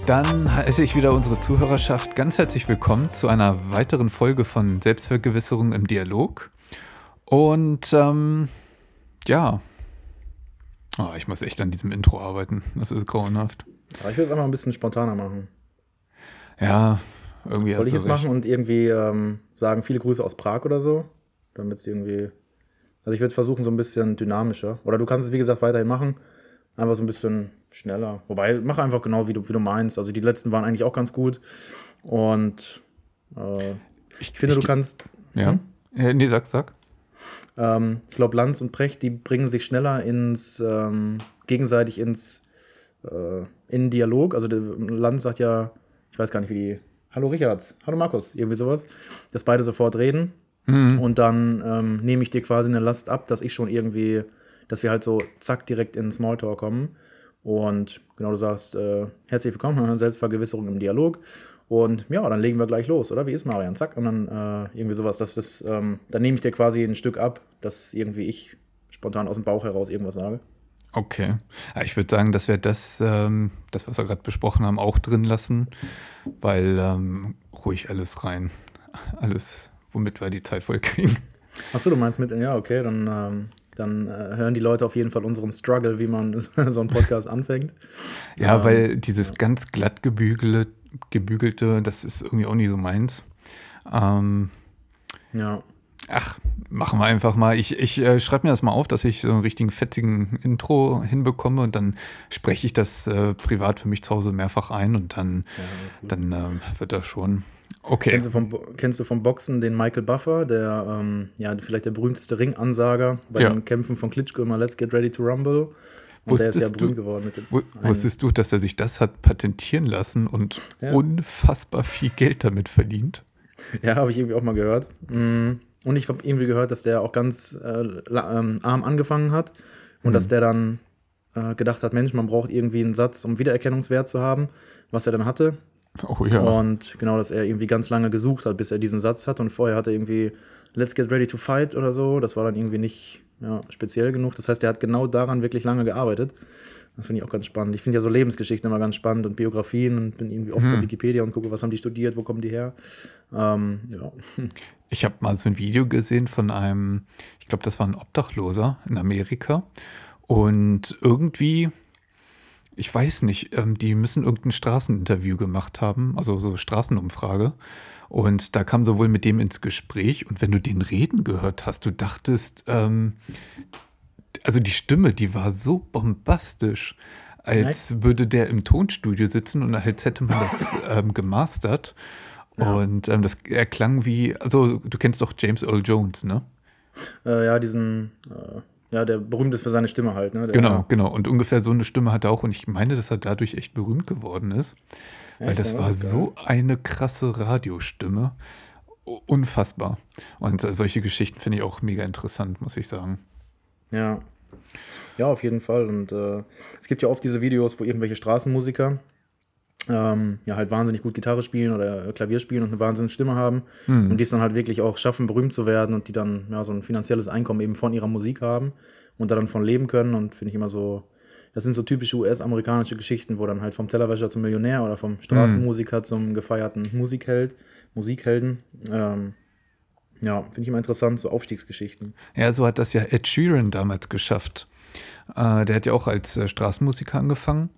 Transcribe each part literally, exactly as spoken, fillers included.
Dann heiße ich wieder unsere Zuhörerschaft ganz herzlich willkommen zu einer weiteren Folge von Selbstvergewisserung im Dialog. Und ähm, ja, oh, ich muss echt an diesem Intro arbeiten. Das ist grauenhaft. Aber ich würde es einfach ein bisschen spontaner machen. Ja, irgendwie hast Soll ich du es recht. machen und irgendwie ähm, sagen, viele Grüße aus Prag oder so? Damit es irgendwie. Also ich würde versuchen, so ein bisschen dynamischer. Oder du kannst es, wie gesagt, weiterhin machen. Einfach so ein bisschen schneller. Wobei, mach einfach genau, wie du, wie du meinst. Also die letzten waren eigentlich auch ganz gut. Und äh, ich, ich finde, ich, du kannst. Ja? Hm? ja nee, sag, sag. Ähm, ich glaube, Lanz und Precht, die bringen sich schneller ins ähm, gegenseitig ins äh, in Dialog. Also der Lanz sagt ja, ich weiß gar nicht, wie die. Hallo Richard, hallo Markus, irgendwie sowas. Dass beide sofort reden. Mhm. Und dann ähm, nehme ich dir quasi eine Last ab, dass ich schon irgendwie, dass wir halt so zack direkt in Smalltalk kommen. Und genau, du sagst, äh, herzlich willkommen, Selbstvergewisserung im Dialog. Und ja, dann legen wir gleich los, oder? Wie ist Marian? Zack, und dann äh, irgendwie sowas. Das, das, ähm, dann nehme ich dir quasi ein Stück ab, dass irgendwie ich spontan aus dem Bauch heraus irgendwas sage. Okay. Ja, ich würde sagen, dass wir das, ähm, das, was wir gerade besprochen haben, auch drin lassen, weil ähm, ruhig alles rein. Alles, womit wir die Zeit voll kriegen. Achso, du meinst mit, ja, okay, dann, ähm, dann äh, hören die Leute auf jeden Fall unseren Struggle, wie man so einen Podcast anfängt. Ja, ähm, weil dieses ja. ganz glatt gebügelte, gebügelte, das ist irgendwie auch nicht so meins. Ähm, Ja. Ach, machen wir einfach mal. Ich, ich äh, schreibe mir das mal auf, dass ich so einen richtigen fetzigen Intro hinbekomme und dann spreche ich das äh, privat für mich zu Hause mehrfach ein und dann, Ja, dann äh, wird das schon okay. Kennst du, vom, kennst du vom Boxen den Michael Buffer, der ähm, ja vielleicht der berühmteste Ringansager bei Ja. den Kämpfen von Klitschko immer Let's Get Ready to Rumble. Und Wusstest der ist ja berühmt du, geworden mit dem. wu- Wusstest du, dass er sich das hat patentieren lassen und Ja. unfassbar viel Geld damit verdient? Ja, habe ich irgendwie auch mal gehört. Mm. Und ich habe irgendwie gehört, dass der auch ganz äh, la- ähm, arm angefangen hat und Mhm. dass der dann äh, gedacht hat, Mensch, man braucht irgendwie einen Satz, um Wiedererkennungswert zu haben, was er dann hatte. Oh ja. Und genau, dass er irgendwie ganz lange gesucht hat, bis er diesen Satz hat. Und vorher hat er irgendwie Let's Get Ready to Fight oder so. Das war dann irgendwie nicht ja, speziell genug. Das heißt, er hat genau daran wirklich lange gearbeitet. Das finde ich auch ganz spannend. Ich finde ja so Lebensgeschichten immer ganz spannend und Biografien und bin irgendwie oft Hm. bei Wikipedia und gucke, was haben die studiert, wo kommen die her. Ähm, ja. Ich habe mal so ein Video gesehen von einem, ich glaube, das war ein Obdachloser in Amerika. Und irgendwie, ich weiß nicht, ähm, die müssen irgendein Straßeninterview gemacht haben, also so Straßenumfrage. Und da kam sowohl mit dem ins Gespräch und wenn du den reden gehört hast, du dachtest, ähm, also die Stimme, die war so bombastisch, als würde der im Tonstudio sitzen und als hätte man das ähm, gemastert. Ja. Und ähm, das er klang wie, also du kennst doch James Earl Jones, ne? Äh, ja, diesen, äh, ja, der berühmt ist für seine Stimme halt, ne? Der, Genau, genau. Und ungefähr so eine Stimme hat er auch. Und ich meine, dass er dadurch echt berühmt geworden ist. Weil Echt? das Ja, war das ist so eine krasse Radiostimme. U- Unfassbar. Und äh, solche Geschichten finde ich auch mega interessant, muss ich sagen. Ja. Ja, auf jeden Fall. Und äh, es gibt ja oft diese Videos, wo irgendwelche Straßenmusiker ähm, ja halt wahnsinnig gut Gitarre spielen oder Klavier spielen und eine wahnsinnige Stimme haben Hm. und die es dann halt wirklich auch schaffen, berühmt zu werden und die dann ja so ein finanzielles Einkommen eben von ihrer Musik haben und da dann von leben können. Und finde ich immer so, das sind so typische U S-amerikanische Geschichten, wo dann halt vom Tellerwäscher zum Millionär oder vom Straßenmusiker zum gefeierten Musikheld, Musikhelden. Ähm, ja, finde ich immer interessant, so Aufstiegsgeschichten. Ja, so hat das ja Ed Sheeran damals geschafft. Äh, der hat ja auch als äh, Straßenmusiker angefangen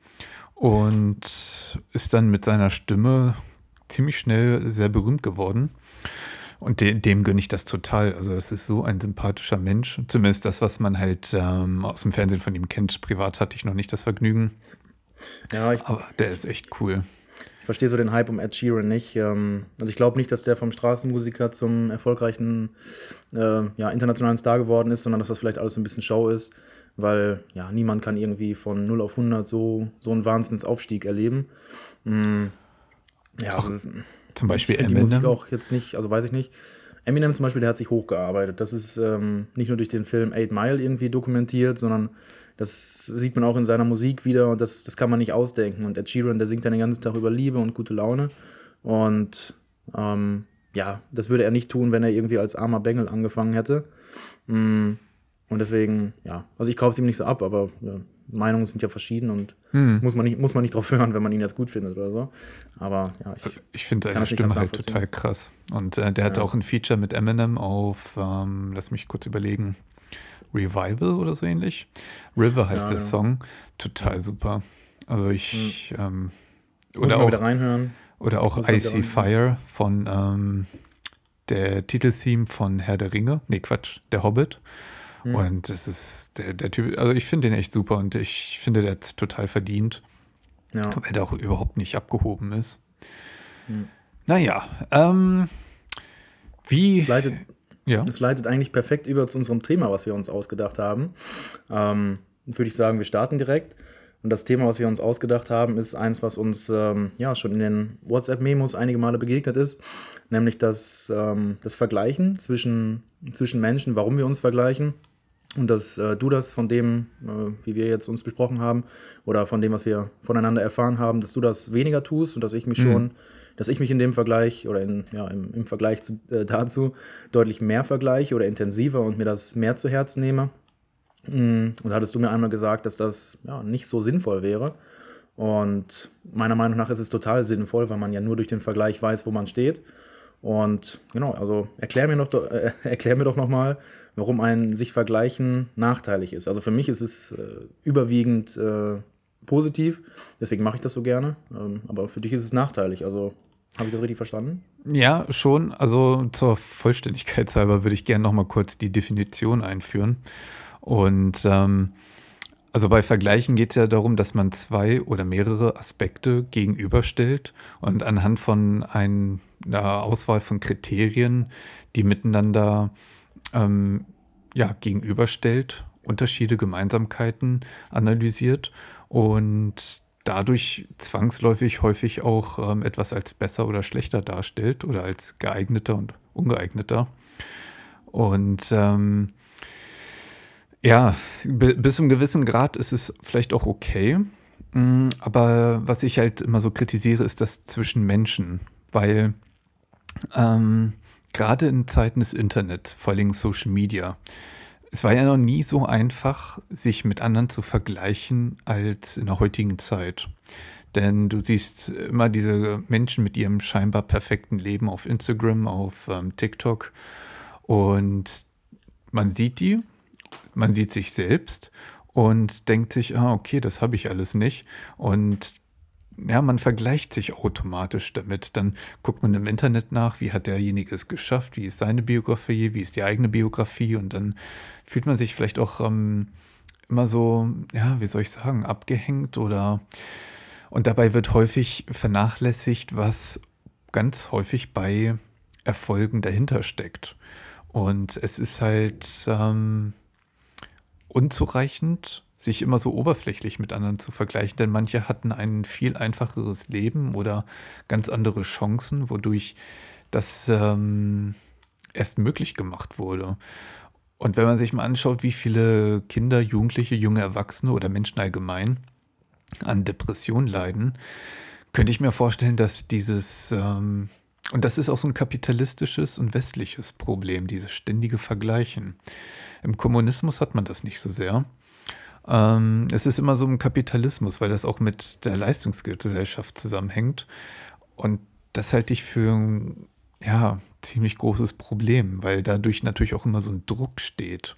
und ist dann mit seiner Stimme ziemlich schnell sehr berühmt geworden. Und de dem gönne ich das total. Also das ist so ein sympathischer Mensch. Zumindest das, was man halt ähm, aus dem Fernsehen von ihm kennt. Privat hatte ich noch nicht das Vergnügen. Ja, ich, Aber der ist echt cool. ich verstehe so den Hype um Ed Sheeran nicht. Ähm, also ich glaube nicht, dass der vom Straßenmusiker zum erfolgreichen äh, ja, internationalen Star geworden ist, sondern dass das vielleicht alles ein bisschen Show ist, weil ja, niemand kann irgendwie von null auf hundert so, so einen Wahnsinnsaufstieg erleben. Mm, ja, Auch also, Zum Beispiel ich finde die Musik Eminem. auch jetzt nicht, also weiß ich nicht. Eminem zum Beispiel, der hat sich hochgearbeitet. Das ist ähm, nicht nur durch den Film Eight Mile irgendwie dokumentiert, sondern das sieht man auch in seiner Musik wieder und das, das kann man nicht ausdenken. Und Ed Sheeran, der singt dann den ganzen Tag über Liebe und gute Laune. Und ähm, ja, das würde er nicht tun, wenn er irgendwie als armer Bengel angefangen hätte. Mm, Und deswegen, ja, also ich kaufe es ihm nicht so ab, aber ja, Meinungen sind ja verschieden und hm. muss man nicht, muss man nicht drauf hören, wenn man ihn jetzt gut findet oder so. Aber ja, ich, ich finde seine Stimme halt total krass. Und äh, der hatte ja. auch ein Feature mit Eminem auf, ähm, lass mich kurz überlegen, Revival oder so ähnlich. River heißt ja, der ja. Song. Total super. Also ich, hm. ähm, oder auch, wieder reinhören. Oder auch I See Fire von ähm, der Titeltheme von Herr der Ringe. Nee, Quatsch, der Hobbit. Hm. Und das ist der, der Typ, also ich finde den echt super und ich finde, der hat es total verdient. Ja. Weil der auch überhaupt nicht abgehoben ist. Hm. Naja, ähm, wie. Das leitet, ja. das leitet eigentlich perfekt über zu unserem Thema, was wir uns ausgedacht haben. Ähm, würde ich sagen, wir starten direkt. Und das Thema, was wir uns ausgedacht haben, ist eins, was uns ähm, ja schon in den WhatsApp-Memos einige Male begegnet ist, nämlich das, ähm, das Vergleichen zwischen, zwischen Menschen, warum wir uns vergleichen und dass äh, du das von dem, äh, wie wir jetzt uns besprochen haben oder von dem, was wir voneinander erfahren haben, dass du das weniger tust und dass ich mich mhm. schon, dass ich mich in dem Vergleich oder in, ja, im, im Vergleich zu, äh, dazu deutlich mehr vergleiche oder intensiver und mir das mehr zu Herzen nehme. Und da hattest du mir einmal gesagt, dass das ja, nicht so sinnvoll wäre. Und meiner Meinung nach ist es total sinnvoll, weil man ja nur durch den Vergleich weiß, wo man steht. Und genau, also erklär mir, noch, äh, erklär mir doch nochmal, warum ein sich vergleichen nachteilig ist. Also für mich ist es äh, überwiegend äh, positiv, deswegen mache ich das so gerne. Ähm, aber für dich ist es nachteilig. Also habe ich das richtig verstanden? Ja, schon. Also zur Vollständigkeit halber würde ich gerne nochmal kurz die Definition einführen. Und ähm, also bei Vergleichen geht es ja darum, dass man zwei oder mehrere Aspekte gegenüberstellt und anhand von ein, einer Auswahl von Kriterien, die miteinander ähm, ja, gegenüberstellt, Unterschiede, Gemeinsamkeiten analysiert und dadurch zwangsläufig häufig auch ähm, etwas als besser oder schlechter darstellt oder als geeigneter und ungeeigneter. Und ähm, ja, bis zu einem gewissen Grad ist es vielleicht auch okay. Aber was ich halt immer so kritisiere, ist das zwischen Menschen. Weil ähm, gerade in Zeiten des Internets, vor allem Social Media, es war ja noch nie so einfach, sich mit anderen zu vergleichen als in der heutigen Zeit. Denn du siehst immer diese Menschen mit ihrem scheinbar perfekten Leben auf Instagram, auf ähm, TikTok. Und man sieht die. Man sieht sich selbst und denkt sich, ah, okay, das habe ich alles nicht. Und ja, man vergleicht sich automatisch damit. Dann guckt man im Internet nach, wie hat derjenige es geschafft, wie ist seine Biografie, wie ist die eigene Biografie. Und dann fühlt man sich vielleicht auch ähm, immer so, ja, wie soll ich sagen, abgehängt oder. Und dabei wird häufig vernachlässigt, was ganz häufig bei Erfolgen dahinter steckt. Und es ist halt ähm, unzureichend, sich immer so oberflächlich mit anderen zu vergleichen, denn manche hatten ein viel einfacheres Leben oder ganz andere Chancen, wodurch das ähm, erst möglich gemacht wurde. Und wenn man sich mal anschaut, wie viele Kinder, Jugendliche, junge Erwachsene oder Menschen allgemein an Depressionen leiden, könnte ich mir vorstellen, dass dieses, ähm, und das ist auch so ein kapitalistisches und westliches Problem, dieses ständige Vergleichen. Im Kommunismus hat man das nicht so sehr. Ähm, es ist immer so im Kapitalismus, weil das auch mit der Leistungsgesellschaft zusammenhängt. Und das halte ich für ein ja, ziemlich großes Problem, weil dadurch natürlich auch immer so ein Druck steht.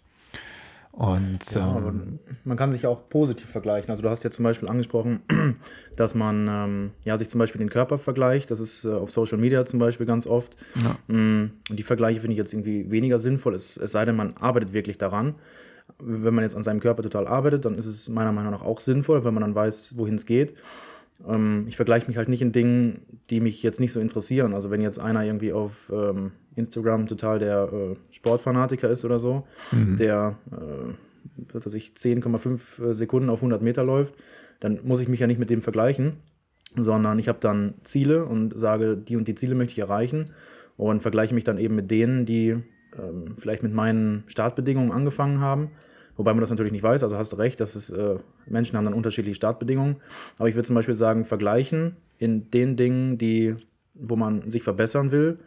Und ja, ähm, man kann sich auch positiv vergleichen. Also du hast ja zum Beispiel angesprochen, dass man ähm, ja, sich zum Beispiel den Körper vergleicht. Das ist äh, auf Social Media zum Beispiel ganz oft. Ja. Und die Vergleiche finde ich jetzt irgendwie weniger sinnvoll, es, es sei denn, man arbeitet wirklich daran. Wenn man jetzt an seinem Körper total arbeitet, dann ist es meiner Meinung nach auch sinnvoll, weil man dann weiß, wohin es geht. Ähm, ich vergleiche mich halt nicht in Dingen, die mich jetzt nicht so interessieren. Also wenn jetzt einer irgendwie auf ähm, Instagram total der äh, Sportfanatiker ist oder so, mhm. der äh, was weiß ich, zehn Komma fünf Sekunden auf hundert Meter läuft, dann muss ich mich ja nicht mit dem vergleichen, sondern ich habe dann Ziele und sage, die und die Ziele möchte ich erreichen und vergleiche mich dann eben mit denen, die ähm, vielleicht mit meinen Startbedingungen angefangen haben. Wobei man das natürlich nicht weiß, also hast du recht, dass es, äh, Menschen haben dann unterschiedliche Startbedingungen. Aber ich würde zum Beispiel sagen, vergleichen in den Dingen, die, wo man sich verbessern will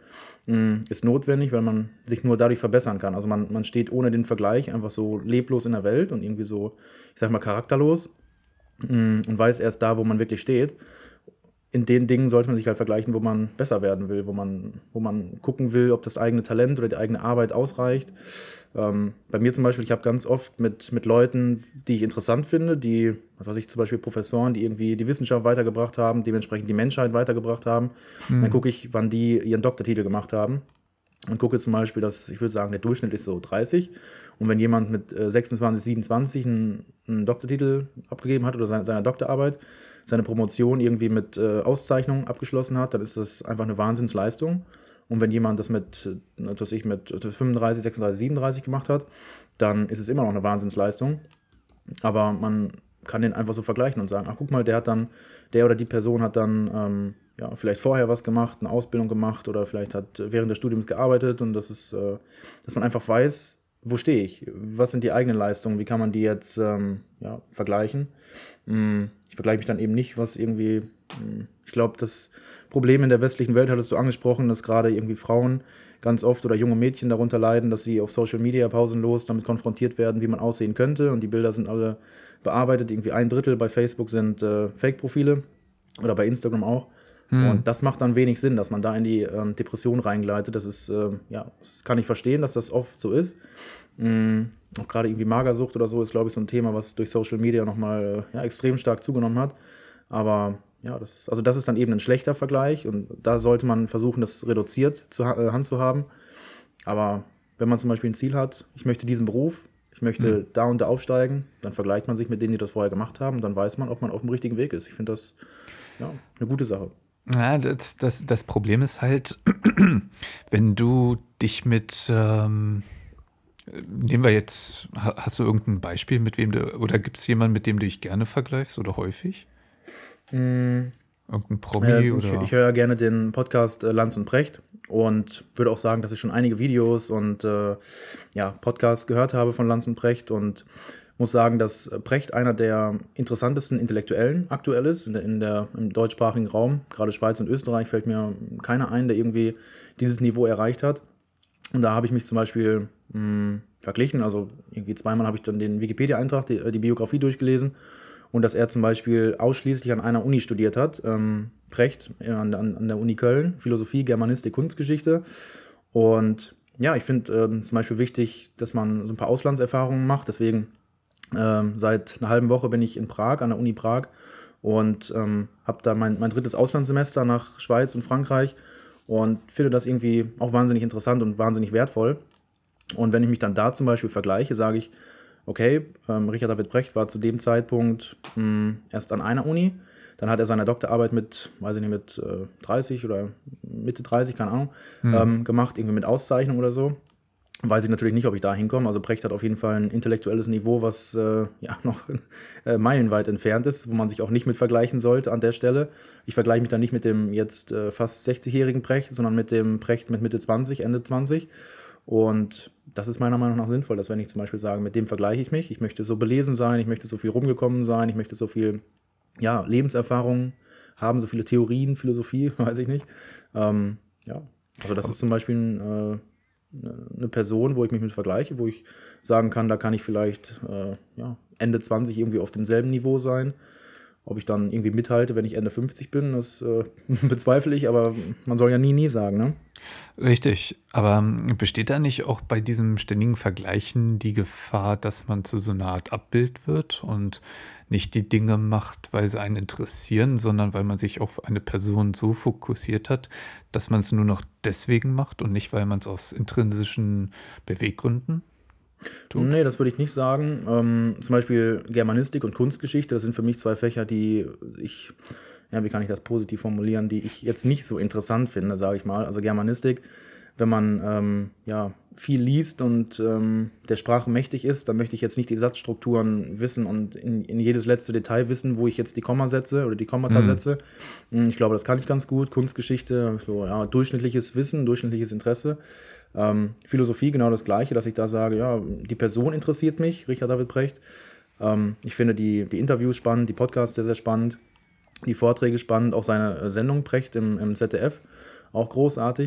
mh, ist notwendig, weil man sich nur dadurch verbessern kann. Also man, man steht ohne den Vergleich einfach so leblos in der Welt und irgendwie so, ich sag mal, charakterlos mh, und weiß erst da, wo man wirklich steht. In den Dingen sollte man sich halt vergleichen, wo man besser werden will, wo man, wo man gucken will, ob das eigene Talent oder die eigene Arbeit ausreicht. Ähm, bei mir zum Beispiel, ich habe ganz oft mit, mit Leuten, die ich interessant finde, die, was weiß ich, zum Beispiel Professoren, die irgendwie die Wissenschaft weitergebracht haben, dementsprechend die Menschheit weitergebracht haben. Hm. Dann gucke ich, wann die ihren Doktortitel gemacht haben. Und gucke zum Beispiel, dass, ich würde sagen, der Durchschnitt ist so dreißig. Und wenn jemand mit äh, sechsundzwanzig, siebenundzwanzig einen, einen Doktortitel abgegeben hat oder seine, seine Doktorarbeit, seine Promotion irgendwie mit äh, Auszeichnung abgeschlossen hat, dann ist das einfach eine Wahnsinnsleistung. Und wenn jemand das mit, äh, was ich, mit fünfunddreißig, sechsunddreißig, siebenunddreißig gemacht hat, dann ist es immer noch eine Wahnsinnsleistung. Aber man kann den einfach so vergleichen und sagen, ach guck mal, der hat dann, der oder die Person hat dann ähm, ja, vielleicht vorher was gemacht, eine Ausbildung gemacht oder vielleicht hat während des Studiums gearbeitet und das ist, äh, dass man einfach weiß, wo stehe ich, was sind die eigenen Leistungen, wie kann man die jetzt ähm, ja, vergleichen. Ich vergleiche mich dann eben nicht, was irgendwie, ich glaube, das Problem in der westlichen Welt, hattest du angesprochen, dass gerade irgendwie Frauen ganz oft oder junge Mädchen darunter leiden, dass sie auf Social Media pausenlos damit konfrontiert werden, wie man aussehen könnte und die Bilder sind alle bearbeitet, irgendwie ein Drittel bei Facebook sind äh, Fake-Profile oder bei Instagram auch. Hm. Und das macht dann wenig Sinn, dass man da in die ähm, Depression reingleitet. Das ist, äh, ja, das kann ich verstehen, dass das oft so ist. Mhm. Auch gerade irgendwie Magersucht oder so ist, glaube ich, so ein Thema, was durch Social Media nochmal ja, extrem stark zugenommen hat. Aber ja, das, also das ist dann eben ein schlechter Vergleich und da sollte man versuchen, das reduziert zur äh, Hand zu haben. Aber wenn man zum Beispiel ein Ziel hat, ich möchte diesen Beruf, ich möchte mhm. da und da aufsteigen, dann vergleicht man sich mit denen, die das vorher gemacht haben und dann weiß man, ob man auf dem richtigen Weg ist. Ich finde das ja, eine gute Sache. Ja, das, das, das Problem ist halt, wenn du dich mit, ähm, nehmen wir jetzt, hast du irgendein Beispiel, mit wem du, oder gibt es jemanden, mit dem du dich gerne vergleichst oder häufig? Mm. Irgendein Promi äh, oder? Ich, ich höre ja gerne den Podcast äh, Lanz und Precht und würde auch sagen, dass ich schon einige Videos und äh, ja, Podcasts gehört habe von Lanz und Precht und muss sagen, dass Precht einer der interessantesten Intellektuellen aktuell ist in der, in der, im deutschsprachigen Raum. Gerade Schweiz und Österreich fällt mir keiner ein, der irgendwie dieses Niveau erreicht hat. Und da habe ich mich zum Beispiel mh, verglichen. Also irgendwie zweimal habe ich dann den Wikipedia-Eintrag, die, die Biografie durchgelesen. Und dass er zum Beispiel ausschließlich an einer Uni studiert hat. Ähm, Precht an, an, an der Uni Köln, Philosophie, Germanistik, Kunstgeschichte. Und ja, ich finde ähm, zum Beispiel wichtig, dass man so ein paar Auslandserfahrungen macht. Deswegen Ähm, seit einer halben Woche bin ich in Prag, an der Uni Prag und ähm, habe da mein, mein drittes Auslandssemester nach Schweiz und Frankreich und finde das irgendwie auch wahnsinnig interessant und wahnsinnig wertvoll. Und wenn ich mich dann da zum Beispiel vergleiche, sage ich, okay, ähm, Richard David Precht war zu dem Zeitpunkt mh, erst an einer Uni, dann hat er seine Doktorarbeit mit, weiß ich nicht, mit äh, dreißig oder Mitte dreißig, keine Ahnung, hm. ähm, gemacht, irgendwie mit Auszeichnung oder so. Weiß ich natürlich nicht, ob ich da hinkomme. Also Precht hat auf jeden Fall ein intellektuelles Niveau, was äh, ja noch äh, meilenweit entfernt ist, wo man sich auch nicht mit vergleichen sollte an der Stelle. Ich vergleiche mich dann nicht mit dem jetzt äh, fast sechzigjährigen Precht, sondern mit dem Precht mit Mitte zwanzig, Ende zwanzig. Und das ist meiner Meinung nach sinnvoll, dass wenn ich zum Beispiel sage, mit dem vergleiche ich mich, ich möchte so belesen sein, ich möchte so viel rumgekommen sein, ich möchte so viel ja, Lebenserfahrung haben, so viele Theorien, Philosophie, weiß ich nicht. Ähm, ja, also das ist zum Beispiel ein äh, eine Person, wo ich mich mit vergleiche, wo ich sagen kann, da kann ich vielleicht äh, ja, Ende zwanzig irgendwie auf demselben Niveau sein. Ob ich dann irgendwie mithalte, wenn ich Ende fünfzig bin, das äh, bezweifle ich, aber man soll ja nie, nie sagen, ne? Richtig, aber besteht da nicht auch bei diesem ständigen Vergleichen die Gefahr, dass man zu so einer Art Abbild wird und nicht die Dinge macht, weil sie einen interessieren, sondern weil man sich auf eine Person so fokussiert hat, dass man es nur noch deswegen macht und nicht, weil man es aus intrinsischen Beweggründen tut? Nee, das würde ich nicht sagen. Ähm, zum Beispiel Germanistik und Kunstgeschichte, das sind für mich zwei Fächer, die ich, ja, wie kann ich das positiv formulieren, die ich jetzt nicht so interessant finde, sage ich mal. Also Germanistik, wenn man ähm, ja, viel liest und ähm, der Sprache mächtig ist, dann möchte ich jetzt nicht die Satzstrukturen wissen und in, in jedes letzte Detail wissen, wo ich jetzt die Komma setze oder die Kommata Mhm. setze. Ich glaube, das kann ich ganz gut. Kunstgeschichte, so ja, durchschnittliches Wissen, durchschnittliches Interesse. Ähm, Philosophie genau das Gleiche, dass ich da sage, ja, die Person interessiert mich, Richard David Precht. Ähm, ich finde die, die Interviews spannend, die Podcasts sehr, sehr spannend, die Vorträge spannend, auch seine Sendung Precht im, im Z D F, auch großartig.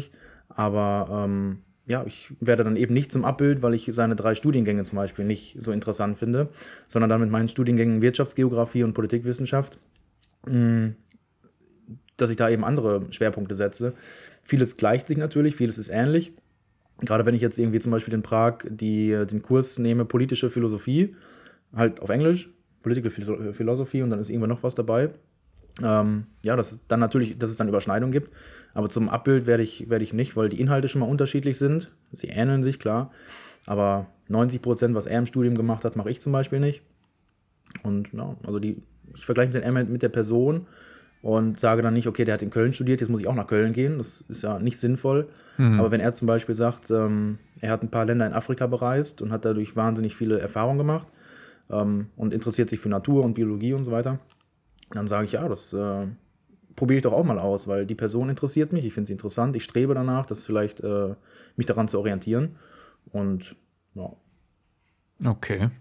Aber ähm, ja, ich werde dann eben nicht zum Abbild, weil ich seine drei Studiengänge zum Beispiel nicht so interessant finde, sondern dann mit meinen Studiengängen Wirtschaftsgeografie und Politikwissenschaft, mh, dass ich da eben andere Schwerpunkte setze. Vieles gleicht sich natürlich, vieles ist ähnlich. Gerade wenn ich jetzt irgendwie zum Beispiel in Prag die, den Kurs nehme, politische Philosophie, halt auf Englisch, Political Philo- Philosophy, und dann ist irgendwann noch was dabei. Ähm, ja, das ist dann natürlich, dass es dann Überschneidungen gibt. Aber zum Abbild werde ich, werde ich nicht, weil die Inhalte schon mal unterschiedlich sind. Sie ähneln sich, klar. Aber neunzig Prozent, was er im Studium gemacht hat, mache ich zum Beispiel nicht. Und ja, also die, ich vergleiche den M mit der Person und sage dann nicht, okay, der hat in Köln studiert, jetzt muss ich auch nach Köln gehen. Das ist ja nicht sinnvoll. Mhm. Aber wenn er zum Beispiel sagt, ähm, er hat ein paar Länder in Afrika bereist und hat dadurch wahnsinnig viele Erfahrungen gemacht ähm, und interessiert sich für Natur und Biologie und so weiter, dann sage ich, ja, das äh, probiere ich doch auch mal aus, weil die Person interessiert mich, ich finde sie interessant, ich strebe danach, das vielleicht äh, mich daran zu orientieren. Und ja. Okay.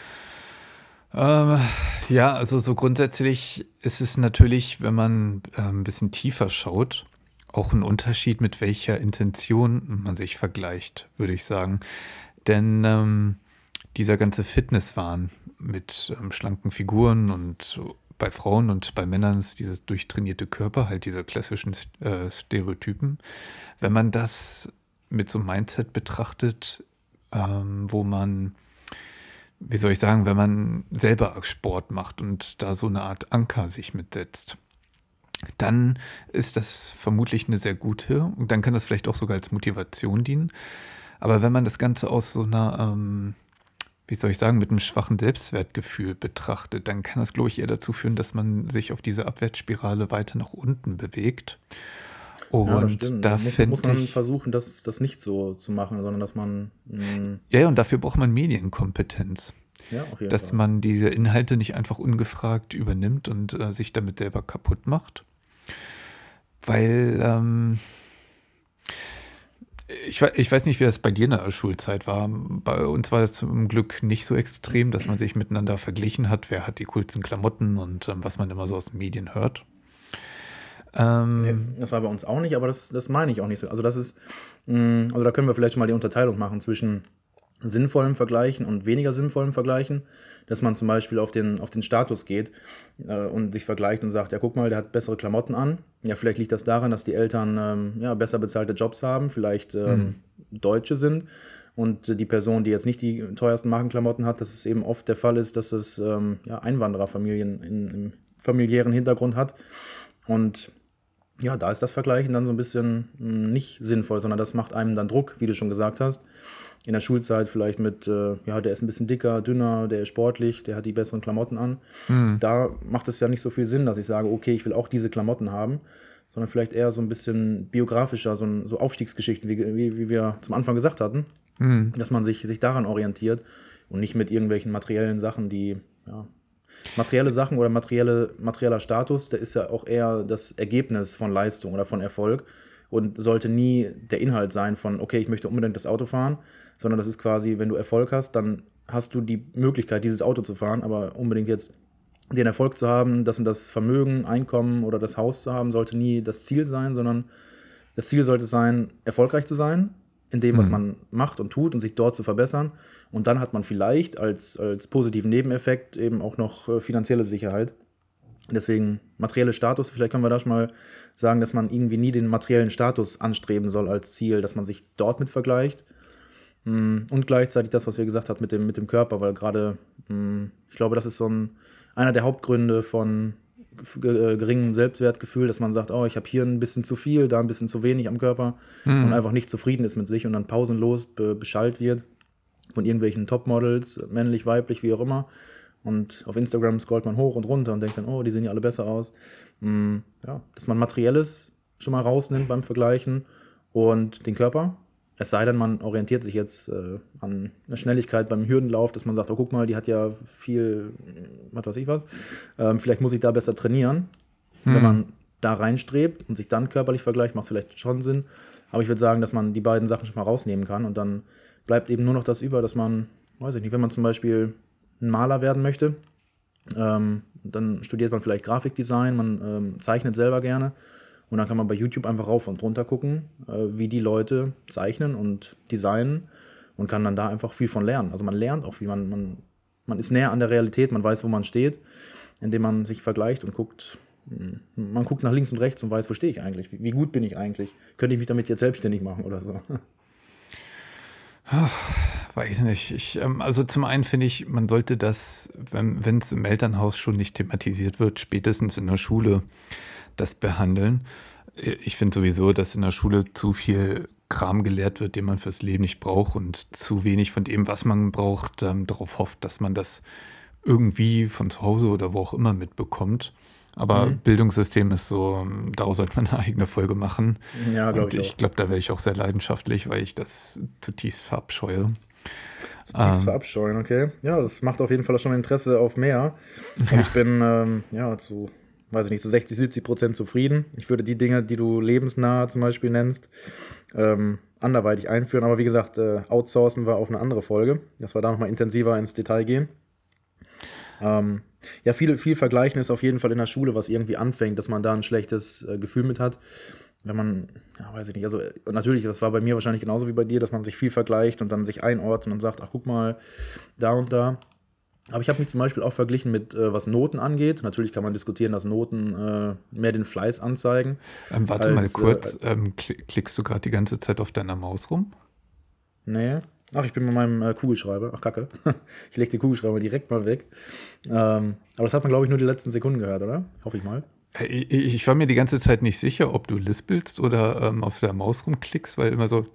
Ähm, ja, also so grundsätzlich ist es natürlich, wenn man äh, ein bisschen tiefer schaut, auch ein Unterschied, mit welcher Intention man sich vergleicht, würde ich sagen. Denn ähm, dieser ganze Fitnesswahn mit ähm, schlanken Figuren und bei Frauen und bei Männern ist dieses durchtrainierte Körper, halt diese klassischen äh, Stereotypen. Wenn man das mit so einem Mindset betrachtet, ähm, wo man, wie soll ich sagen, wenn man selber Sport macht und da so eine Art Anker sich mitsetzt, dann ist das vermutlich eine sehr gute und dann kann das vielleicht auch sogar als Motivation dienen. Aber wenn man das Ganze aus so einer, ähm, wie soll ich sagen, mit einem schwachen Selbstwertgefühl betrachtet, dann kann das, glaube ich, eher dazu führen, dass man sich auf diese Abwärtsspirale weiter nach unten bewegt. Ja, das Und stimmt. da Muss, muss finde man ich, versuchen, das, das nicht so zu machen, sondern dass man, mh, ja, ja, und dafür braucht man Medienkompetenz, ja, auf jeden dass Fall. man diese Inhalte nicht einfach ungefragt übernimmt und äh, sich damit selber kaputt macht. Weil, ähm, ich, wei- ich weiß nicht, wie das bei dir in der Schulzeit war. Bei uns war das zum Glück nicht so extrem, dass man sich miteinander verglichen hat, wer hat die coolsten Klamotten und ähm, was man immer so aus den Medien hört. Nee, Ähm, das war bei uns auch nicht, aber das, das meine ich auch nicht so. Also das ist, mh, also da können wir vielleicht schon mal die Unterteilung machen zwischen sinnvollem Vergleichen und weniger sinnvollem Vergleichen, dass man zum Beispiel auf den, auf den Status geht äh, und sich vergleicht und sagt, ja guck mal, der hat bessere Klamotten an. Ja, vielleicht liegt das daran, dass die Eltern ähm, ja, besser bezahlte Jobs haben, vielleicht ähm, Deutsche sind. Und äh, die Person, die jetzt nicht die teuersten Markenklamotten hat, dass es eben oft der Fall ist, dass es ähm, ja, Einwandererfamilien in, im familiären Hintergrund hat. Und ja, da ist das Vergleichen dann so ein bisschen mh, nicht sinnvoll, sondern das macht einem dann Druck, wie du schon gesagt hast. In der Schulzeit vielleicht mit, äh, ja, der ist ein bisschen dicker, dünner, der ist sportlich, der hat die besseren Klamotten an. Da macht es ja nicht so viel Sinn, dass ich sage, okay, ich will auch diese Klamotten haben, sondern vielleicht eher so ein bisschen biografischer, so, ein, so Aufstiegsgeschichten, wie, wie, wie wir zum Anfang gesagt hatten, dass man sich, sich daran orientiert und nicht mit irgendwelchen materiellen Sachen, die, ja, materielle Sachen oder materielle, materieller Status, der ist ja auch eher das Ergebnis von Leistung oder von Erfolg und sollte nie der Inhalt sein von, okay, ich möchte unbedingt das Auto fahren, sondern das ist quasi, wenn du Erfolg hast, dann hast du die Möglichkeit, dieses Auto zu fahren, aber unbedingt jetzt den Erfolg zu haben, das und das Vermögen, Einkommen oder das Haus zu haben, sollte nie das Ziel sein, sondern das Ziel sollte sein, erfolgreich zu sein in dem, was man macht und tut und sich dort zu verbessern. Und dann hat man vielleicht als, als positiven Nebeneffekt eben auch noch äh, finanzielle Sicherheit. Deswegen materielle Status, vielleicht können wir da schon mal sagen, dass man irgendwie nie den materiellen Status anstreben soll als Ziel, dass man sich dort mit vergleicht. Mm, Und gleichzeitig das, was wir gesagt haben mit dem, mit dem Körper, weil gerade, mm, ich glaube, das ist so ein, einer der Hauptgründe von ge- äh, geringem Selbstwertgefühl, dass man sagt, oh, ich habe hier ein bisschen zu viel, da ein bisschen zu wenig am Körper und einfach nicht zufrieden ist mit sich und dann pausenlos be beschallt wird von irgendwelchen Topmodels, männlich, weiblich, wie auch immer. Und auf Instagram scrollt man hoch und runter und denkt dann, oh, die sehen ja alle besser aus. Mm, ja, dass man Materielles schon mal rausnimmt beim Vergleichen und den Körper. Es sei denn, man orientiert sich jetzt äh, an einer Schnelligkeit beim Hürdenlauf, dass man sagt, oh, guck mal, die hat ja viel, was weiß ich was. Ähm, vielleicht muss ich da besser trainieren. Wenn man da reinstrebt und sich dann körperlich vergleicht, macht es vielleicht schon Sinn. Aber ich würde sagen, dass man die beiden Sachen schon mal rausnehmen kann und dann bleibt eben nur noch das über, dass man, weiß ich nicht, wenn man zum Beispiel ein Maler werden möchte, ähm, dann studiert man vielleicht Grafikdesign, man ähm, zeichnet selber gerne Und dann kann man bei YouTube einfach rauf und runter gucken, äh, wie die Leute zeichnen und designen und kann dann da einfach viel von lernen. Also man lernt auch viel, man, man, man ist näher an der Realität, man weiß, wo man steht, indem man sich vergleicht und guckt, man guckt nach links und rechts und weiß, wo stehe ich eigentlich, wie, wie gut bin ich eigentlich, könnte ich mich damit jetzt selbstständig machen oder so. Ach, weiß nicht. Ich, ähm, also zum einen finde ich, man sollte das, wenn es im Elternhaus schon nicht thematisiert wird, spätestens in der Schule das behandeln. Ich finde sowieso, dass in der Schule zu viel Kram gelehrt wird, den man fürs Leben nicht braucht und zu wenig von dem, was man braucht, ähm, darauf hofft, dass man das irgendwie von zu Hause oder wo auch immer mitbekommt. Aber Mhm. Bildungssystem ist so, daraus sollte man eine eigene Folge machen. Ja, glaube Und ich ich auch. glaube, da wäre ich auch sehr leidenschaftlich, weil ich das zutiefst verabscheue. Zutiefst Ähm, verabscheuen, okay. Ja, das macht auf jeden Fall schon Interesse auf mehr. Und ich bin, ähm, ja, zu, weiß ich nicht, zu sechzig, siebzig Prozent zufrieden. Ich würde die Dinge, die du lebensnah zum Beispiel nennst, ähm, anderweitig einführen. Aber wie gesagt, äh, outsourcen war auf eine andere Folge, dass wir da nochmal intensiver ins Detail gehen. Ähm, ja, viel, viel Vergleichen ist auf jeden Fall in der Schule, was irgendwie anfängt, dass man da ein schlechtes äh, Gefühl mit hat. Wenn man, ja, weiß ich nicht, also äh, natürlich, das war bei mir wahrscheinlich genauso wie bei dir, dass man sich viel vergleicht und dann sich einordnet und sagt, ach guck mal, da und da. Aber ich habe mich zum Beispiel auch verglichen mit, äh, was Noten angeht. Natürlich kann man diskutieren, dass Noten äh, mehr den Fleiß anzeigen. ähm, warte mal Als, kurz, äh, ähm, kli- klickst du gerade die ganze Zeit auf deiner Maus rum? nee. Ach, ich bin mit meinem äh, Kugelschreiber. Ach, Kacke. Ich lege den Kugelschreiber direkt mal weg. Ähm, aber das hat man, glaube ich, nur die letzten Sekunden gehört, oder? Hoffe ich mal. Äh, Ich, ich war mir die ganze Zeit nicht sicher, ob du lispelst oder ähm, auf der Maus rumklickst, weil immer so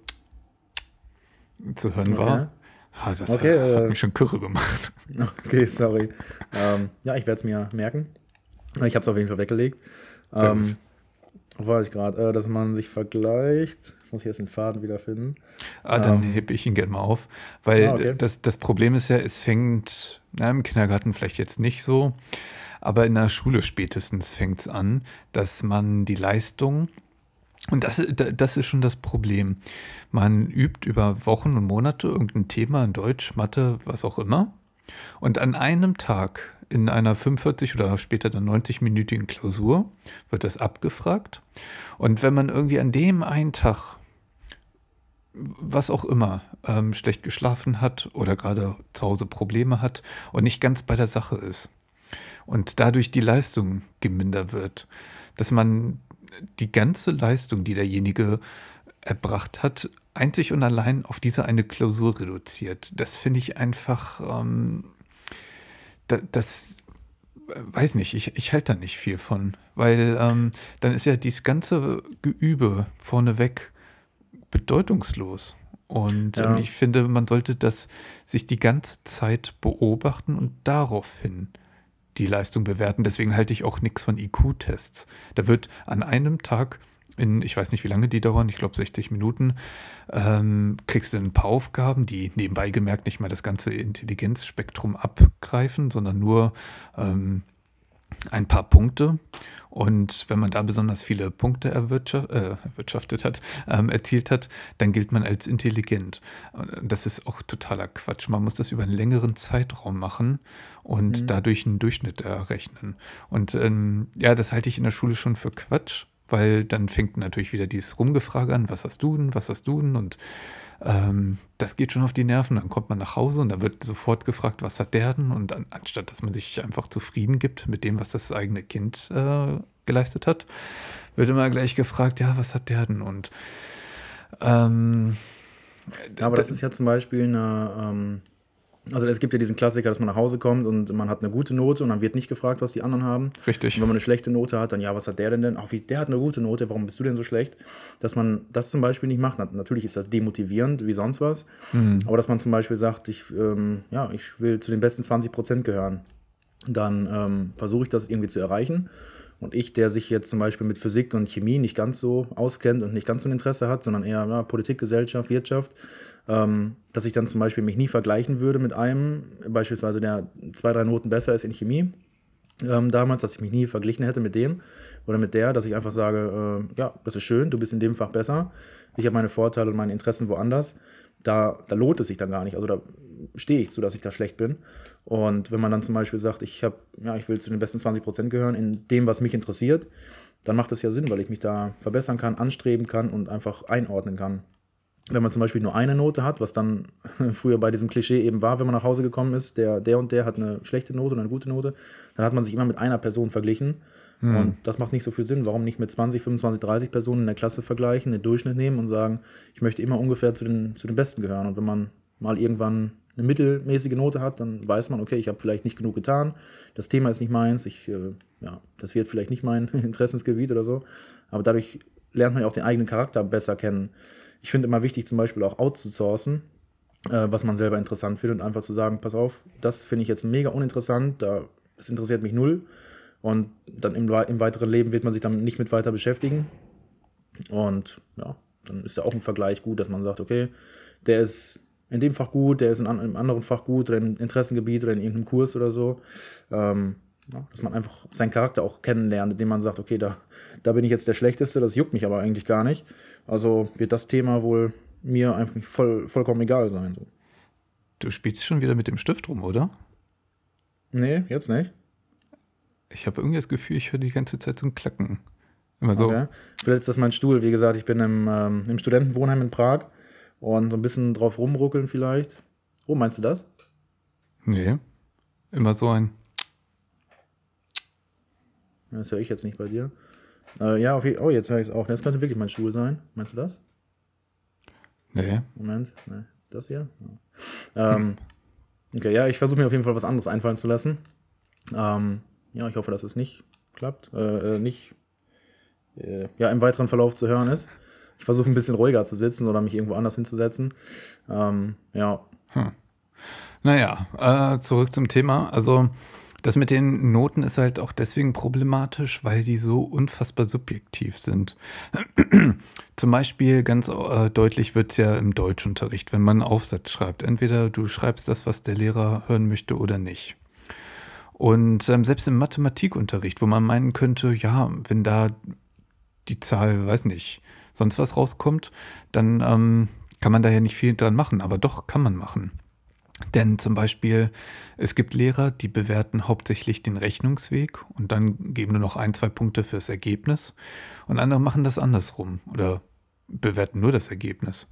zu hören Okay. war. Ah, das Okay, äh, hat äh, mich schon kirre gemacht. okay, sorry. Ähm, ja, ich werde es mir merken. Ich habe es auf jeden Fall weggelegt. Sehr gut. Ähm, wo war ich gerade? Äh, dass man sich vergleicht. Jetzt muss ich jetzt den Faden wiederfinden. Ah, dann Ähm, hebe ich ihn gerne mal auf, ah, weil okay. das, das Problem ist ja, es fängt, na, im Kindergarten vielleicht jetzt nicht so, aber in der Schule spätestens fängt es an, dass man die Leistung, und das, das ist schon das Problem, man übt über Wochen und Monate irgendein Thema in Deutsch, Mathe, was auch immer, und an einem Tag in einer fünfundvierzig oder später dann neunzig-minütigen Klausur wird das abgefragt. Und wenn man irgendwie an dem einen Tag, was auch immer, ähm, schlecht geschlafen hat oder gerade zu Hause Probleme hat und nicht ganz bei der Sache ist und dadurch die Leistung gemindert wird, dass man die ganze Leistung, die derjenige erbracht hat, einzig und allein auf diese eine Klausur reduziert. Das finde ich einfach, ähm, da, das äh, weiß nicht, ich, ich halte da nicht viel von, weil ähm, dann ist ja dieses ganze Geübe vorneweg bedeutungslos. Und ähm, Ja, ich finde, man sollte das sich die ganze Zeit beobachten und daraufhin die Leistung bewerten. Deswegen halte ich auch nichts von I Q-Tests. Da wird an einem Tag in, ich weiß nicht, wie lange die dauern, ich glaube sechzig Minuten, ähm, kriegst du ein paar Aufgaben, die nebenbei gemerkt nicht mal das ganze Intelligenzspektrum abgreifen, sondern nur ähm, ein paar Punkte. Und wenn man da besonders viele Punkte erwirtschaft, äh, erwirtschaftet hat, ähm, erzielt hat, dann gilt man als intelligent. Und das ist auch totaler Quatsch. Man muss das über einen längeren Zeitraum machen und mhm. dadurch einen Durchschnitt errechnen. Und ähm, ja, das halte ich in der Schule schon für Quatsch, weil dann fängt natürlich wieder dieses Rumgefrage an, was hast du denn, was hast du denn? Und ähm, das geht schon auf die Nerven. Dann kommt man nach Hause und da wird sofort gefragt, was hat der denn? Und an, anstatt, dass man sich einfach zufrieden gibt mit dem, was das eigene Kind äh, geleistet hat, wird immer gleich gefragt, ja, was hat der denn? Und ähm, Ja, aber das ist ja zum Beispiel eine, ähm, also es gibt ja diesen Klassiker, dass man nach Hause kommt und man hat eine gute Note und dann wird nicht gefragt, was die anderen haben. Und richtig. wenn man eine schlechte Note hat, dann ja, was hat der denn denn? Ach, wie, der hat eine gute Note, warum bist du denn so schlecht? Dass man das zum Beispiel nicht macht. Natürlich ist das demotivierend, wie sonst was. Hm. Aber dass man zum Beispiel sagt, ich, ähm, ja, ich will zu den besten zwanzig Prozent gehören, dann ähm, versuche ich das irgendwie zu erreichen. Und ich, der sich jetzt zum Beispiel mit Physik und Chemie nicht ganz so auskennt und nicht ganz so ein Interesse hat, sondern eher ja, Politik, Gesellschaft, Wirtschaft, ähm, dass ich dann zum Beispiel mich nie vergleichen würde mit einem, beispielsweise der zwei, drei Noten besser ist in Chemie ähm, damals, dass ich mich nie verglichen hätte mit dem oder mit der, dass ich einfach sage, äh, ja, das ist schön, du bist in dem Fach besser, ich habe meine Vorteile und meine Interessen woanders. Da, da lohnt es sich dann gar nicht. Also da stehe ich zu, dass ich da schlecht bin. Und wenn man dann zum Beispiel sagt, ich habe, ja, ich will zu den besten zwanzig Prozent gehören in dem, was mich interessiert, dann macht das ja Sinn, weil ich mich da verbessern kann, anstreben kann und einfach einordnen kann. Wenn man zum Beispiel nur eine Note hat, was dann früher bei diesem Klischee eben war, wenn man nach Hause gekommen ist, der, der und der hat eine schlechte Note und eine gute Note, dann hat man sich immer mit einer Person verglichen. Hm. Und das macht nicht so viel Sinn. Warum nicht mit zwanzig, fünfundzwanzig, dreißig Personen in der Klasse vergleichen, den Durchschnitt nehmen und sagen, ich möchte immer ungefähr zu den, zu den Besten gehören. Und wenn man mal irgendwann eine mittelmäßige Note hat, dann weiß man, okay, ich habe vielleicht nicht genug getan, das Thema ist nicht meins, ich, äh, ja, das wird vielleicht nicht mein Interessensgebiet oder so. Aber dadurch lernt man ja auch den eigenen Charakter besser kennen. Ich finde immer wichtig, zum Beispiel auch outzusourcen, äh, was man selber interessant findet und einfach zu sagen, pass auf, das finde ich jetzt mega uninteressant, da, das interessiert mich null und dann im, im weiteren Leben wird man sich damit nicht mit weiter beschäftigen und ja, dann ist ja auch ein Vergleich gut, dass man sagt, okay, der ist in dem Fach gut, der ist in einem anderen Fach gut oder im Interessengebiet oder in irgendeinem Kurs oder so, ähm, ja, dass man einfach seinen Charakter auch kennenlernt, indem man sagt, okay, da, da bin ich jetzt der Schlechteste, das juckt mich aber eigentlich gar nicht. Also wird das Thema wohl mir einfach voll, vollkommen egal sein. So. Du spielst schon wieder mit dem Stift rum, oder? Nee, jetzt nicht. Ich habe irgendwie das Gefühl, ich höre die ganze Zeit so ein Klacken. Immer so. Okay. Vielleicht ist das mein Stuhl. Wie gesagt, ich bin im, ähm, im Studentenwohnheim in Prag und so ein bisschen drauf rumruckeln vielleicht. Oh, meinst du das? Nee, immer so ein... Das höre ich jetzt nicht bei dir. Äh, ja, auf je- oh, jetzt höre ich es auch. Das könnte wirklich mein Stuhl sein. Meinst du das? Nee. Moment, nee. Das hier? Ja. Ähm, okay, ja, ich versuche mir auf jeden Fall was anderes einfallen zu lassen. Ähm, ja, ich hoffe, dass es nicht klappt. Äh, äh, nicht äh, ja, im weiteren Verlauf zu hören ist. Ich versuche ein bisschen ruhiger zu sitzen oder mich irgendwo anders hinzusetzen. Ähm, ja. Hm. Naja, äh, zurück zum Thema. Also das mit den Noten ist halt auch deswegen problematisch, weil die so unfassbar subjektiv sind. Zum Beispiel ganz äh, deutlich wird es ja im Deutschunterricht, wenn man einen Aufsatz schreibt. Entweder du schreibst das, was der Lehrer hören möchte oder nicht. Und ähm, selbst im Mathematikunterricht, wo man meinen könnte, ja, wenn da die Zahl, weiß nicht, sonst was rauskommt, dann ähm, kann man da ja nicht viel dran machen. Aber doch kann man machen. Denn zum Beispiel, es gibt Lehrer, die bewerten hauptsächlich den Rechnungsweg und dann geben nur noch ein, zwei Punkte fürs Ergebnis. Und andere machen das andersrum oder bewerten nur das Ergebnis.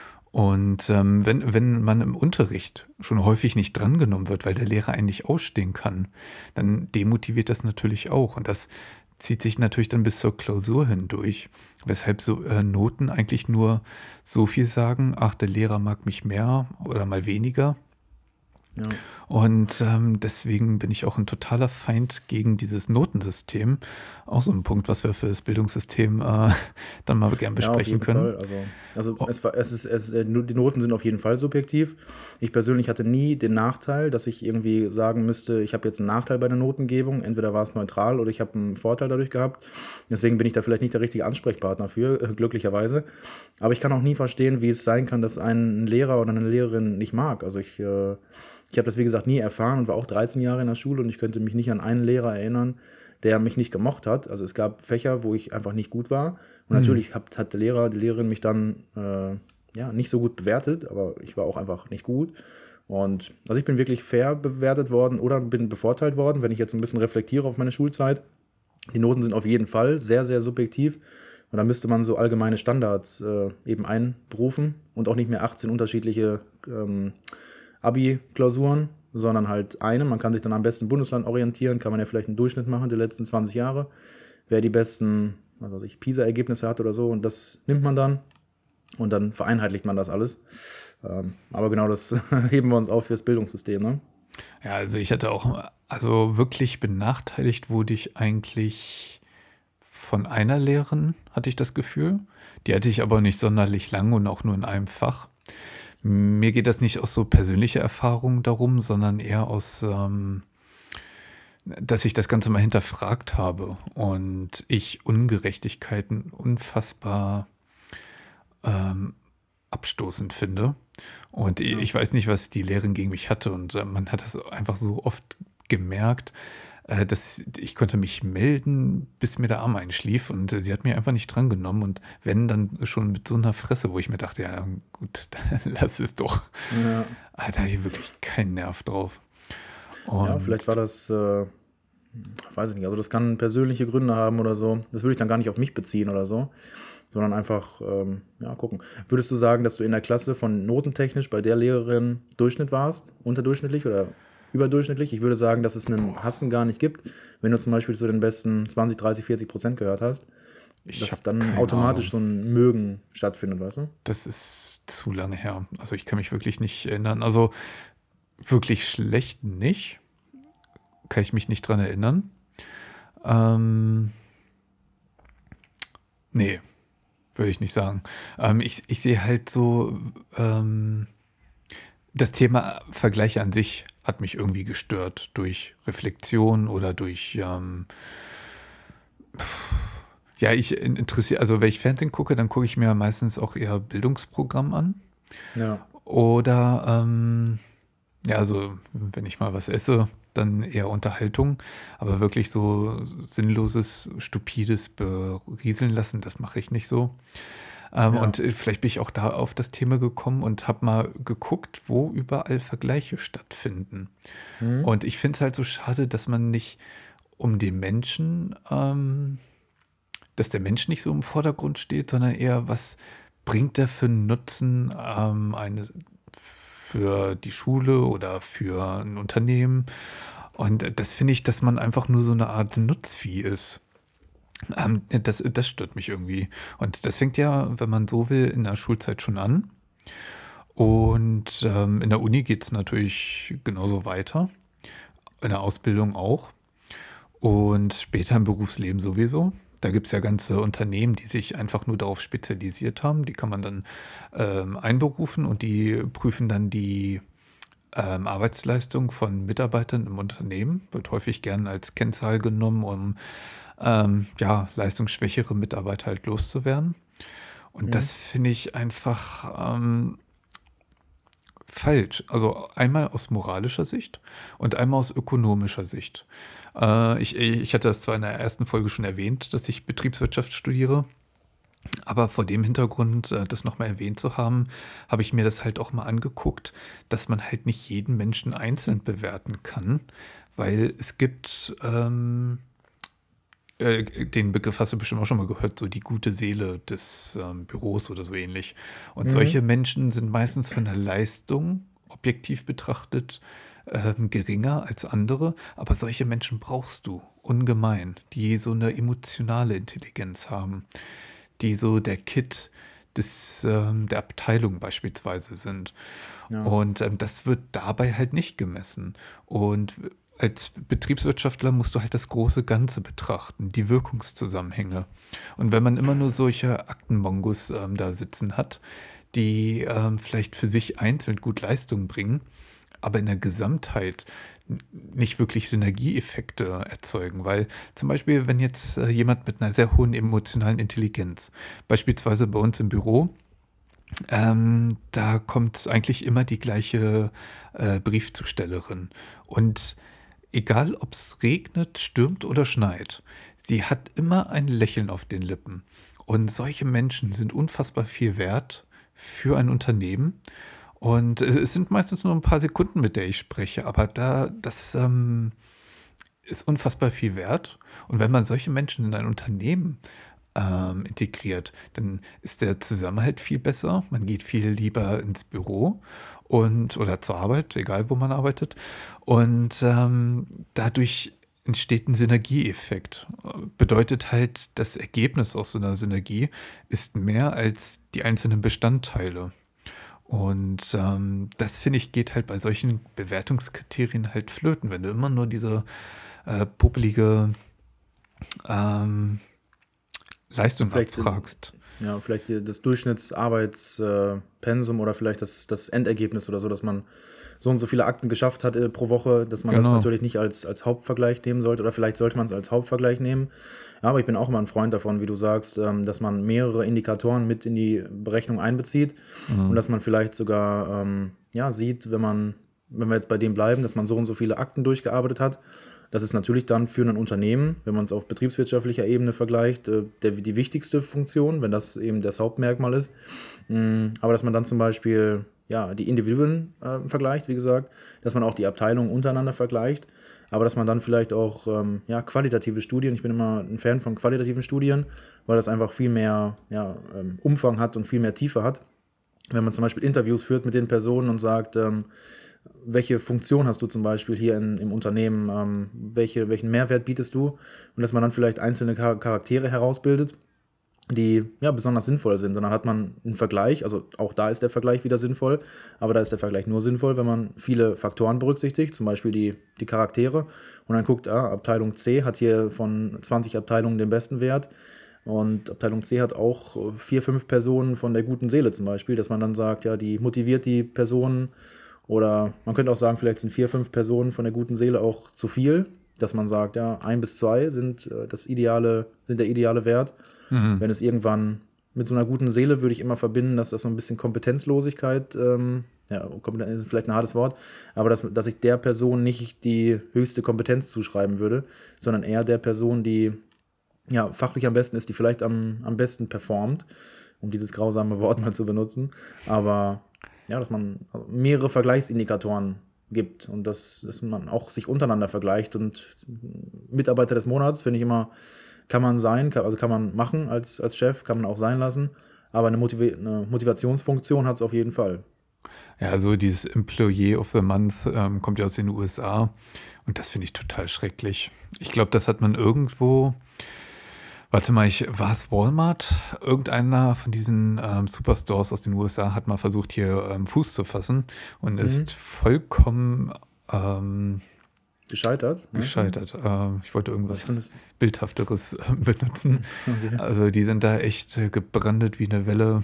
Und ähm, wenn, wenn man im Unterricht schon häufig nicht drangenommen wird, weil der Lehrer einen nicht ausstehen kann, dann demotiviert das natürlich auch. Und das zieht sich natürlich dann bis zur Klausur hindurch, weshalb so äh, Noten eigentlich nur so viel sagen, ach, der Lehrer mag mich mehr oder mal weniger. Ja. Und ähm, deswegen bin ich auch ein totaler Feind gegen dieses Notensystem. Auch so ein Punkt, was wir für das Bildungssystem äh, dann mal gern besprechen ja, auf jeden können. Fall. Also, also oh. es war, es ist, es, die Noten sind auf jeden Fall subjektiv. Ich persönlich hatte nie den Nachteil, dass ich irgendwie sagen müsste, ich habe jetzt einen Nachteil bei der Notengebung. Entweder war es neutral oder ich habe einen Vorteil dadurch gehabt. Deswegen bin ich da vielleicht nicht der richtige Ansprechpartner für, äh, glücklicherweise. Aber ich kann auch nie verstehen, wie es sein kann, dass ein Lehrer oder eine Lehrerin nicht mag. Also ich... Äh, Ich habe das, wie gesagt, nie erfahren und war auch dreizehn Jahre in der Schule und ich könnte mich nicht an einen Lehrer erinnern, der mich nicht gemocht hat. Also es gab Fächer, wo ich einfach nicht gut war. Und mhm. natürlich hat, hat der Lehrer, die Lehrerin mich dann äh, ja, nicht so gut bewertet, aber ich war auch einfach nicht gut. Und also ich bin wirklich fair bewertet worden oder bin bevorteilt worden, wenn ich jetzt ein bisschen reflektiere auf meine Schulzeit. Die Noten sind auf jeden Fall sehr, sehr subjektiv. Und da müsste man so allgemeine Standards äh, eben einberufen und auch nicht mehr achtzehn unterschiedliche ähm, Abi-Klausuren, sondern halt eine. Man kann sich dann am besten Bundesland orientieren, kann man ja vielleicht einen Durchschnitt machen der letzten zwanzig Jahre, wer die besten, was weiß ich, PISA-Ergebnisse hat oder so und das nimmt man dann und dann vereinheitlicht man das alles. Ähm, aber genau das heben wir uns auf fürs Bildungssystem, ne? Ja, also ich hatte auch, also wirklich benachteiligt wurde ich eigentlich von einer Lehrerin, hatte ich das Gefühl. Die hatte ich aber nicht sonderlich lang und auch nur in einem Fach. Mir geht das nicht aus so persönlicher Erfahrung darum, sondern eher aus, ähm, dass ich das Ganze mal hinterfragt habe und ich Ungerechtigkeiten unfassbar ähm, abstoßend finde. Und ich, ich weiß nicht, was die Lehrerin gegen mich hatte und äh, man hat das einfach so oft gemerkt, äh, dass ich konnte mich melden, bis mir der Arm einschlief und äh, sie hat mich einfach nicht drangenommen und wenn, dann schon mit so einer Fresse, wo ich mir dachte, ja gut, lass es doch. Ja. Da hatte ich wirklich keinen Nerv drauf. Und ja, vielleicht war das, äh, Weiß ich nicht. Also das kann persönliche Gründe haben oder so. Das würde ich dann gar nicht auf mich beziehen oder so, sondern einfach, ähm, ja, gucken. Würdest du sagen, dass du in der Klasse von notentechnisch bei der Lehrerin Durchschnitt warst? Unterdurchschnittlich oder überdurchschnittlich? Ich würde sagen, dass es einen Hassen gar nicht gibt, wenn du zum Beispiel zu den besten zwanzig, dreißig, vierzig Prozent gehört hast, Ich dass habe dann keine automatisch Ahnung. so ein Mögen stattfindet, weißt du? Das ist zu lange her. Also ich kann mich wirklich nicht erinnern. Also wirklich schlecht nicht. Kann ich mich nicht dran erinnern. Ähm, nee, würde ich nicht sagen. Ähm, ich, ich sehe halt so, ähm, das Thema Vergleiche an sich hat mich irgendwie gestört durch Reflexion oder durch, ähm, ja, ich interessiere, also wenn ich Fernsehen gucke, dann gucke ich mir meistens auch eher Bildungsprogramm an. Ja, Oder, ähm, ja, also wenn ich mal was esse, dann eher Unterhaltung. Aber wirklich so sinnloses, stupides berieseln lassen, das mache ich nicht so. Ähm, ja. und äh, vielleicht bin ich auch da auf das Thema gekommen und habe mal geguckt, wo überall Vergleiche stattfinden. Mhm. Und ich finde es halt so schade, dass man nicht um den Menschen, ähm, dass der Mensch nicht so im Vordergrund steht, sondern eher, was bringt der für einen Nutzen ähm, eine, für die Schule oder für ein Unternehmen. Und äh, das finde ich, dass man einfach nur so eine Art Nutzvieh ist. Ähm, das, das stört mich irgendwie. Und das fängt ja, wenn man so will, in der Schulzeit schon an. Und ähm, in der Uni geht es natürlich genauso weiter. In der Ausbildung auch. Und später im Berufsleben sowieso. Da gibt es ja ganze Unternehmen, die sich einfach nur darauf spezialisiert haben. Die kann man dann ähm, einberufen und die prüfen dann die ähm, Arbeitsleistung von Mitarbeitern im Unternehmen. Wird häufig gern als Kennzahl genommen, um ähm, ja, leistungsschwächere Mitarbeiter halt loszuwerden. Und Mhm. das finde ich einfach ähm, falsch. Also einmal aus moralischer Sicht und einmal aus ökonomischer Sicht. Äh, ich, ich hatte das zwar in der ersten Folge schon erwähnt, dass ich Betriebswirtschaft studiere, aber vor dem Hintergrund, äh, das nochmal erwähnt zu haben, habe ich mir das halt auch mal angeguckt, dass man halt nicht jeden Menschen einzeln bewerten kann, weil es gibt ähm, äh, den Begriff hast du bestimmt auch schon mal gehört, so die gute Seele des ähm, Büros oder so ähnlich. Und Mhm. solche Menschen sind meistens von der Leistung objektiv betrachtet ähm, geringer als andere, aber solche Menschen brauchst du ungemein, die so eine emotionale Intelligenz haben, die so der Kit des, ähm, der Abteilung beispielsweise sind. Ja. Und ähm, das wird dabei halt nicht gemessen. Und als Betriebswirtschaftler musst du halt das große Ganze betrachten, die Wirkungszusammenhänge. Und wenn man immer nur solche Aktenmongos ähm, da sitzen hat, die ähm, vielleicht für sich einzeln gut Leistung bringen, aber in der Gesamtheit n- nicht wirklich Synergieeffekte erzeugen. Weil zum Beispiel, wenn jetzt äh, jemand mit einer sehr hohen emotionalen Intelligenz, beispielsweise bei uns im Büro, ähm, da kommt eigentlich immer die gleiche äh, Briefzustellerin. Und egal, ob es regnet, stürmt oder schneit, sie hat immer ein Lächeln auf den Lippen. Und solche Menschen sind unfassbar viel wert für ein Unternehmen. Und es, es sind meistens nur ein paar Sekunden, mit der ich spreche, aber da, das ähm, ist unfassbar viel wert. Und wenn man solche Menschen in ein Unternehmen ähm, integriert, dann ist der Zusammenhalt viel besser. Man geht viel lieber ins Büro und oder zur Arbeit, egal wo man arbeitet. Und ähm, dadurch entsteht ein Synergieeffekt. Bedeutet halt, das Ergebnis aus so einer Synergie ist mehr als die einzelnen Bestandteile. Und ähm, das finde ich geht halt bei solchen Bewertungskriterien halt flöten, wenn du immer nur diese äh, popelige ähm, Leistung Vielleicht, äh, abfragst. ja, vielleicht die- das Durchschnittsarbeitspensum oder vielleicht das, das Endergebnis oder so, dass man so und so viele Akten geschafft hat äh, pro Woche, dass man das Genau. natürlich nicht als, als Hauptvergleich nehmen sollte oder vielleicht sollte man es als Hauptvergleich nehmen. Ja, aber ich bin auch immer ein Freund davon, wie du sagst, ähm, dass man mehrere Indikatoren mit in die Berechnung einbezieht und Mhm. dass man vielleicht sogar ähm, ja, sieht, wenn man, wenn wir jetzt bei dem bleiben, dass man so und so viele Akten durchgearbeitet hat. Das ist natürlich dann für ein Unternehmen, wenn man es auf betriebswirtschaftlicher Ebene vergleicht, äh, der, die wichtigste Funktion, wenn das eben das Hauptmerkmal ist. Mm, Aber dass man dann zum Beispiel ja, die Individuen äh, vergleicht, wie gesagt, dass man auch die Abteilungen untereinander vergleicht. aber dass man dann vielleicht auch ähm, ja, qualitative Studien, ich bin immer ein Fan von qualitativen Studien, weil das einfach viel mehr ja, ähm, Umfang hat und viel mehr Tiefe hat. Wenn man zum Beispiel Interviews führt mit den Personen und sagt, ähm, welche Funktion hast du zum Beispiel hier in, im Unternehmen, ähm, welche, welchen Mehrwert bietest du, und dass man dann vielleicht einzelne Char- Charaktere herausbildet, die ja besonders sinnvoll sind. Und dann hat man einen Vergleich, also auch da ist der Vergleich wieder sinnvoll, aber da ist der Vergleich nur sinnvoll, wenn man viele Faktoren berücksichtigt, zum Beispiel die, die Charaktere, und dann guckt, ah, Abteilung C hat hier von zwanzig Abteilungen den besten Wert und Abteilung C hat auch vier, fünf Personen von der guten Seele zum Beispiel, dass man dann sagt, ja, die motiviert die Personen, oder man könnte auch sagen, vielleicht sind vier, fünf Personen von der guten Seele auch zu viel, dass man sagt, ja, ein bis zwei sind äh, das ideale, sind der ideale Wert. Mhm. Wenn es irgendwann mit so einer guten Seele würde ich immer verbinden, dass das so ein bisschen Kompetenzlosigkeit, ähm, ja, Kompetenz ist vielleicht ein hartes Wort, aber dass, dass ich der Person nicht die höchste Kompetenz zuschreiben würde, sondern eher der Person, die ja fachlich am besten ist, die vielleicht am, am besten performt, um dieses grausame Wort mal zu benutzen, aber ja, dass man mehrere Vergleichsindikatoren gibt und dass, dass man auch sich untereinander vergleicht, und Mitarbeiter des Monats finde ich immer, kann man sein, kann, also kann man machen als, als Chef, kann man auch sein lassen, aber eine, Motiv- eine Motivationsfunktion hat es auf jeden Fall. Ja, also dieses Employee of the Month ähm, kommt ja aus den U S A, und das finde ich total schrecklich. Ich glaube, das hat man irgendwo, warte mal, ich, war es Walmart? Irgendeiner von diesen ähm, Superstores aus den U S A hat mal versucht, hier ähm, Fuß zu fassen und mhm. ist vollkommen ähm, gescheitert. Gescheitert. Ne? Äh, ich wollte irgendwas Bildhafteres äh, benutzen. Okay. Also die sind da echt äh, gebrandet wie eine Welle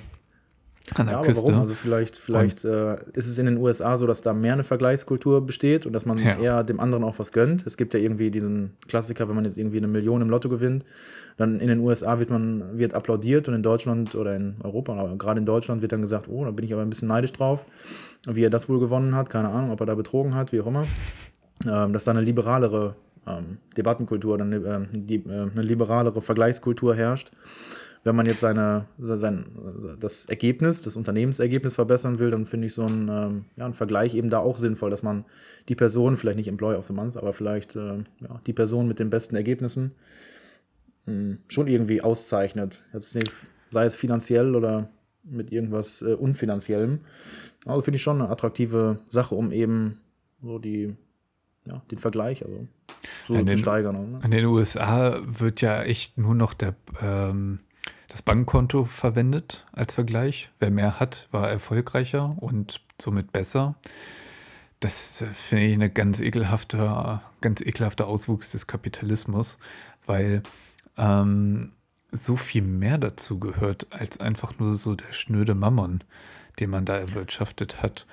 an der ja, Küste. Aber warum? Also vielleicht, vielleicht äh, ist es in den U S A so, dass da mehr eine Vergleichskultur besteht und dass man ja. eher dem anderen auch was gönnt. Es gibt ja irgendwie diesen Klassiker, wenn man jetzt irgendwie eine Million im Lotto gewinnt, dann in den U S A wird man wird applaudiert, und in Deutschland oder in Europa, aber gerade in Deutschland wird dann gesagt, oh, da bin ich aber ein bisschen neidisch drauf, wie er das wohl gewonnen hat, keine Ahnung, ob er da betrogen hat, wie auch immer. Ähm, dass da eine liberalere ähm, Debattenkultur, eine, äh, die, äh, eine liberalere Vergleichskultur herrscht. Wenn man jetzt seine, sein, das Ergebnis, das Unternehmensergebnis verbessern will, dann finde ich so ein, ähm, ja, ein Vergleich eben da auch sinnvoll, dass man die Person, vielleicht nicht Employee of the Month, aber vielleicht äh, ja, die Person mit den besten Ergebnissen mh, schon irgendwie auszeichnet. Jetzt nicht, sei es finanziell oder mit irgendwas äh, Unfinanziellem. Also finde ich schon eine attraktive Sache, um eben so die Ja, den Vergleich also so in zu den, steigern. Ne? In den U S A wird ja echt nur noch der, ähm, das Bankkonto verwendet als Vergleich. Wer mehr hat, war erfolgreicher und somit besser. Das finde ich eine ganz ekelhafte, ganz ekelhafter Auswuchs des Kapitalismus, weil ähm, so viel mehr dazu gehört, als einfach nur so der schnöde Mammon, den man da erwirtschaftet hat.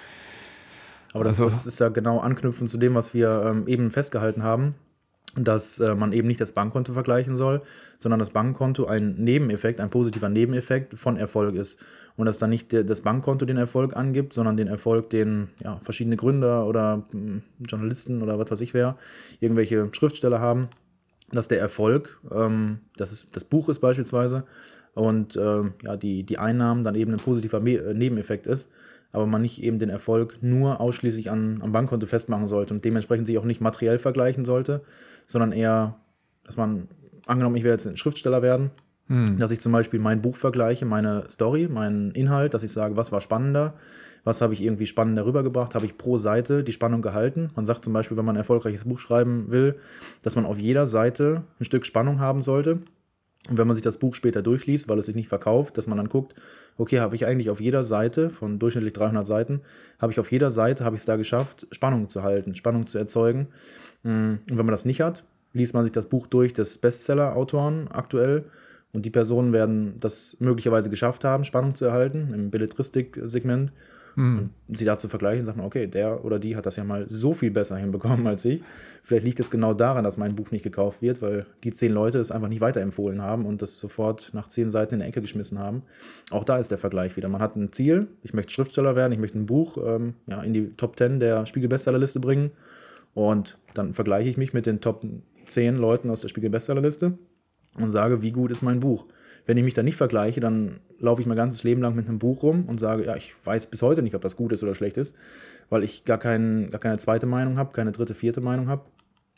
Aber das, also, das ist ja genau anknüpfend zu dem, was wir ähm, eben festgehalten haben, dass äh, man eben nicht das Bankkonto vergleichen soll, sondern das Bankkonto ein Nebeneffekt, ein positiver Nebeneffekt von Erfolg ist. Und dass dann nicht der, das Bankkonto den Erfolg angibt, sondern den Erfolg, den ja, verschiedene Gründer oder mh, Journalisten oder was weiß ich wer, irgendwelche Schriftsteller haben, dass der Erfolg, ähm, das, ist, das Buch ist beispielsweise, und äh, ja, die, die Einnahmen dann eben ein positiver Me- Nebeneffekt ist, aber man nicht eben den Erfolg nur ausschließlich an, am Bankkonto festmachen sollte und dementsprechend sich auch nicht materiell vergleichen sollte, sondern eher, dass man, angenommen, ich werde jetzt ein Schriftsteller werden, hm. dass ich zum Beispiel mein Buch vergleiche, meine Story, meinen Inhalt, dass ich sage, was war spannender, was habe ich irgendwie spannender rübergebracht, habe ich pro Seite die Spannung gehalten. Man sagt zum Beispiel, wenn man ein erfolgreiches Buch schreiben will, dass man auf jeder Seite ein Stück Spannung haben sollte. Und wenn man sich das Buch später durchliest, weil es sich nicht verkauft, dass man dann guckt, okay, habe ich eigentlich auf jeder Seite, von durchschnittlich dreihundert Seiten, habe ich auf jeder Seite, habe ich es da geschafft, Spannung zu halten, Spannung zu erzeugen. Und wenn man das nicht hat, liest man sich das Buch durch des Bestseller-Autoren aktuell, und die Personen werden das möglicherweise geschafft haben, Spannung zu erhalten im Belletristik-Segment. Und sie da zu vergleichen, sagt man, okay, der oder die hat das ja mal so viel besser hinbekommen als ich. Vielleicht liegt es genau daran, dass mein Buch nicht gekauft wird, weil die zehn Leute es einfach nicht weiterempfohlen haben und das sofort nach zehn Seiten in die Ecke geschmissen haben. Auch da ist der Vergleich wieder. Man hat ein Ziel, ich möchte Schriftsteller werden, ich möchte ein Buch ähm, ja, in die Top zehn der Spiegel-Bestsellerliste bringen, und dann vergleiche ich mich mit den Top zehn Leuten aus der Spiegel-Bestsellerliste und sage, wie gut ist mein Buch. Wenn ich mich da nicht vergleiche, dann laufe ich mein ganzes Leben lang mit einem Buch rum und sage, ja, ich weiß bis heute nicht, ob das gut ist oder schlecht ist, weil ich gar, kein, gar keine zweite Meinung habe, keine dritte, vierte Meinung habe.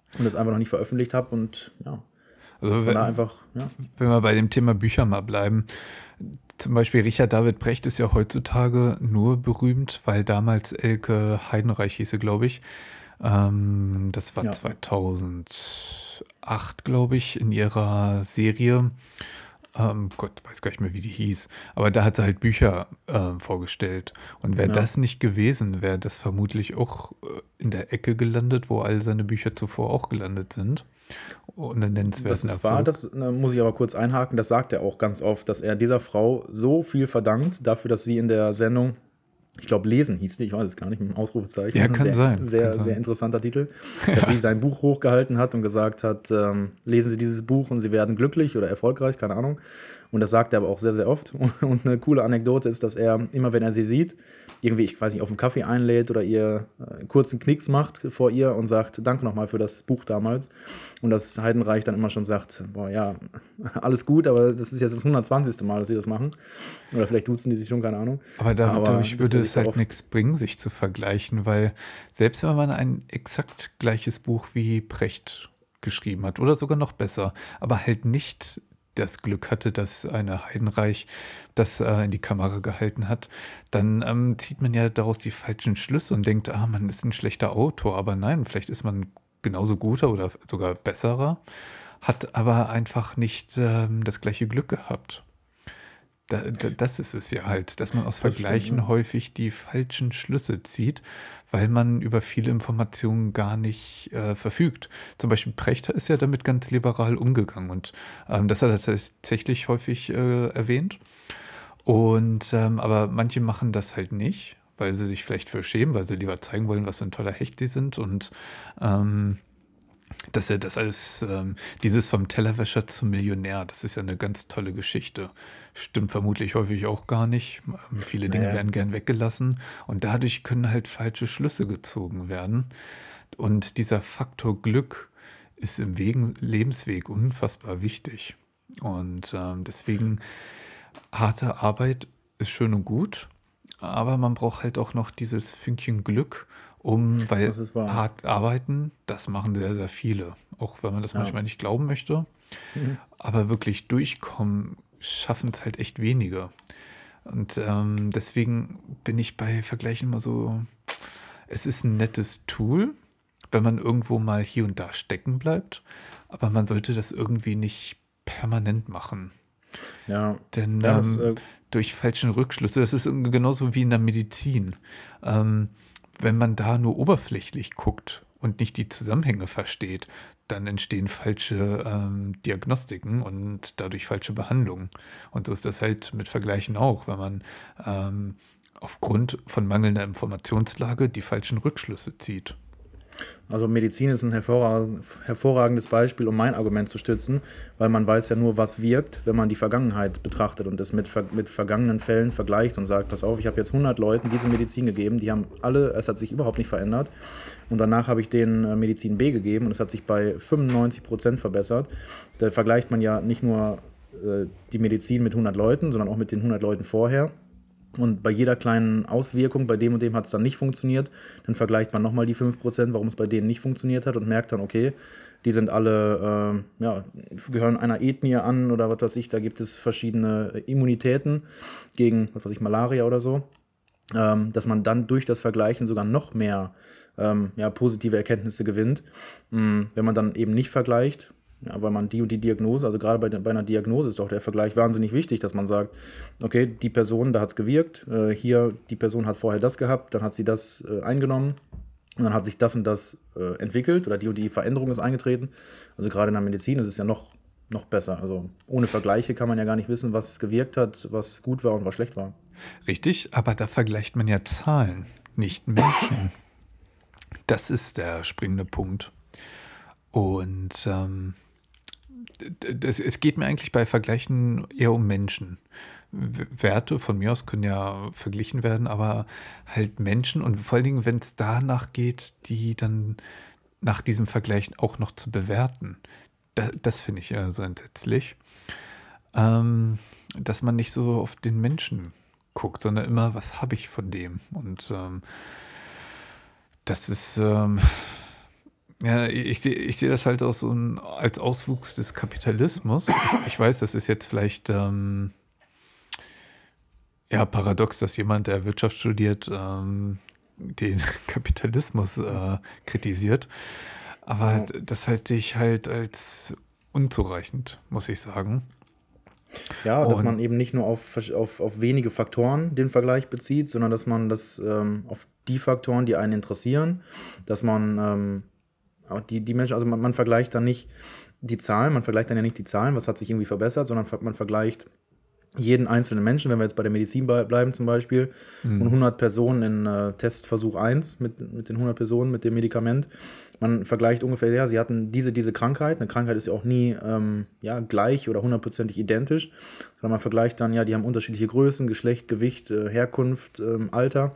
und das einfach noch nicht veröffentlicht habe und ja, Also dass man da wenn, einfach, ja, wenn wir bei dem Thema Bücher mal bleiben, zum Beispiel Richard David Brecht ist ja heutzutage nur berühmt, weil damals Elke Heidenreich hieße, glaube ich. Ähm, das war ja, zweitausendacht, glaube ich, in ihrer Serie. Ähm, Gott, weiß gar nicht mehr, wie die hieß. Aber da hat sie halt Bücher äh, vorgestellt. Und wäre ja. das nicht gewesen, wäre das vermutlich auch äh, in der Ecke gelandet, wo all seine Bücher zuvor auch gelandet sind. Und einen Das nennenswerten ist wahr, Erfolg. das äh, muss ich aber kurz einhaken, das sagt er auch ganz oft, dass er dieser Frau so viel verdankt dafür, dass sie in der Sendung, ich glaube Lesen hieß die, ich weiß es gar nicht, mit dem Ausrufezeichen. Ja, kann sehr, sein, Sehr, kann sehr sein. interessanter Titel, dass sie sein Buch hochgehalten hat und gesagt hat, ähm, lesen Sie dieses Buch und Sie werden glücklich oder erfolgreich, keine Ahnung. Und das sagt er aber auch sehr, sehr oft. Und eine coole Anekdote ist, dass er immer, wenn er sie sieht, irgendwie, ich weiß nicht, auf einen Kaffee einlädt oder ihr äh, einen kurzen Knicks macht vor ihr und sagt, danke nochmal für das Buch damals. Und dass Heidenreich dann immer schon sagt, boah, ja, alles gut, aber das ist jetzt das hundertzwanzigste Mal, dass sie das machen. Oder vielleicht duzen die sich schon, keine Ahnung. Aber da, Aber dadurch dass würde er sich es halt darauf- nichts bringen, sich zu vergleichen, weil selbst wenn man ein exakt gleiches Buch wie Brecht geschrieben hat oder sogar noch besser, aber halt nicht das Glück hatte, dass eine Heidenreich das äh, in die Kamera gehalten hat, dann ähm, zieht man ja daraus die falschen Schlüsse und denkt, ah, man ist ein schlechter Autor, aber nein, vielleicht ist man genauso guter oder sogar besserer, hat aber einfach nicht ähm, das gleiche Glück gehabt. Da, da, das ist es ja halt, dass man aus Das stimmt, Vergleichen ja. häufig die falschen Schlüsse zieht, weil man über viele Informationen gar nicht äh, verfügt. Zum Beispiel Precht ist ja damit ganz liberal umgegangen und ähm, das hat er tatsächlich häufig äh, erwähnt. Und ähm, aber manche machen das halt nicht, weil sie sich vielleicht für schämen, weil sie lieber zeigen wollen, was für ein toller Hecht sie sind und ähm, dass er das alles, ähm, dieses vom Tellerwäscher zum Millionär, das ist ja eine ganz tolle Geschichte. Stimmt vermutlich häufig auch gar nicht. Ähm, viele Dinge Naja. werden gern weggelassen und dadurch können halt falsche Schlüsse gezogen werden. Und dieser Faktor Glück ist im Wegen, Lebensweg unfassbar wichtig. Und ähm, deswegen harte Arbeit ist schön und gut, aber man braucht halt auch noch dieses Fünkchen Glück, um, weil Das ist wahr. hart arbeiten, das machen sehr, sehr viele. Auch wenn man das Ja. manchmal nicht glauben möchte. Mhm. Aber wirklich durchkommen schaffen es halt echt wenige. Und ähm, deswegen bin ich bei Vergleichen immer so, es ist ein nettes Tool, wenn man irgendwo mal hier und da stecken bleibt, aber man sollte das irgendwie nicht permanent machen. Ja, Denn ja das, ähm, äh, durch falschen Rückschlüsse, das ist genauso wie in der Medizin. Ähm, wenn man da nur oberflächlich guckt und nicht die Zusammenhänge versteht, dann entstehen falsche ähm, Diagnostiken und dadurch falsche Behandlungen. Und so ist das halt mit Vergleichen auch, wenn man ähm, aufgrund von mangelnder Informationslage die falschen Rückschlüsse zieht. Also Medizin ist ein hervorragend, hervorragendes Beispiel, um mein Argument zu stützen, weil man weiß ja nur, was wirkt, wenn man die Vergangenheit betrachtet und es mit, ver- mit vergangenen Fällen vergleicht und sagt, pass auf, ich habe jetzt hundert Leuten diese Medizin gegeben, die haben alle, es hat sich überhaupt nicht verändert und danach habe ich denen äh, Medizin B gegeben und es hat sich bei fünfundneunzig Prozent verbessert. Da vergleicht man ja nicht nur äh, die Medizin mit hundert Leuten, sondern auch mit den hundert Leuten vorher. Und bei jeder kleinen Auswirkung, bei dem und dem hat es dann nicht funktioniert, dann vergleicht man nochmal die fünf Prozent, warum es bei denen nicht funktioniert hat und merkt dann, okay, die sind alle, ähm, ja, gehören einer Ethnie an oder was weiß ich, da gibt es verschiedene Immunitäten gegen, was weiß ich, Malaria oder so, ähm, dass man dann durch das Vergleichen sogar noch mehr ähm, ja, positive Erkenntnisse gewinnt. Mm, wenn man dann eben nicht vergleicht, ja, weil man die und die Diagnose, also gerade bei, der- bei einer Diagnose ist doch der Vergleich wahnsinnig wichtig, dass man sagt, okay, die Person, da hat es gewirkt, äh, hier, die Person hat vorher das gehabt, dann hat sie das äh, eingenommen und dann hat sich das und das äh, entwickelt oder die und die Veränderung ist eingetreten. Also gerade in der Medizin ist es ja noch, noch besser. Also ohne Vergleiche kann man ja gar nicht wissen, was gewirkt hat, was gut war und was schlecht war. Richtig, aber da vergleicht man ja Zahlen, nicht Menschen. Das ist der springende Punkt. Und ähm, d- das, es geht mir eigentlich bei Vergleichen eher um Menschen. W- Werte von mir aus können ja verglichen werden, aber halt Menschen und vor allen Dingen, wenn es danach geht, die dann nach diesem Vergleichen auch noch zu bewerten. Da, das finde ich ja so entsetzlich. Ähm, dass man nicht so auf den Menschen guckt, sondern immer, was habe ich von dem? Und ähm, das ist, ähm, Ja, ich sehe ich sehe das halt auch so ein, als Auswuchs des Kapitalismus. Ich, ich weiß, das ist jetzt vielleicht ähm, ja paradox, dass jemand, der Wirtschaft studiert, ähm, den Kapitalismus äh, kritisiert. Aber Ja. d- das halte ich halt als unzureichend, muss ich sagen. Ja, dass Und man eben nicht nur auf, versch- auf, auf wenige Faktoren den Vergleich bezieht, sondern dass man das ähm, auf die Faktoren, die einen interessieren, dass man ähm, auch die, die Menschen, also man, man vergleicht dann nicht die Zahlen, man vergleicht dann ja nicht die Zahlen, was hat sich irgendwie verbessert, sondern ver- man vergleicht jeden einzelnen Menschen, wenn wir jetzt bei der Medizin blei- bleiben zum Beispiel, und hm, hundert Personen in äh, Testversuch eins mit, mit den hundert Personen mit dem Medikament. Man vergleicht ungefähr, ja, sie hatten diese, diese Krankheit. Eine Krankheit ist ja auch nie ähm, ja, gleich oder hundertprozentig identisch, sondern man vergleicht dann, ja, die haben unterschiedliche Größen, Geschlecht, Gewicht, äh, Herkunft, ähm, Alter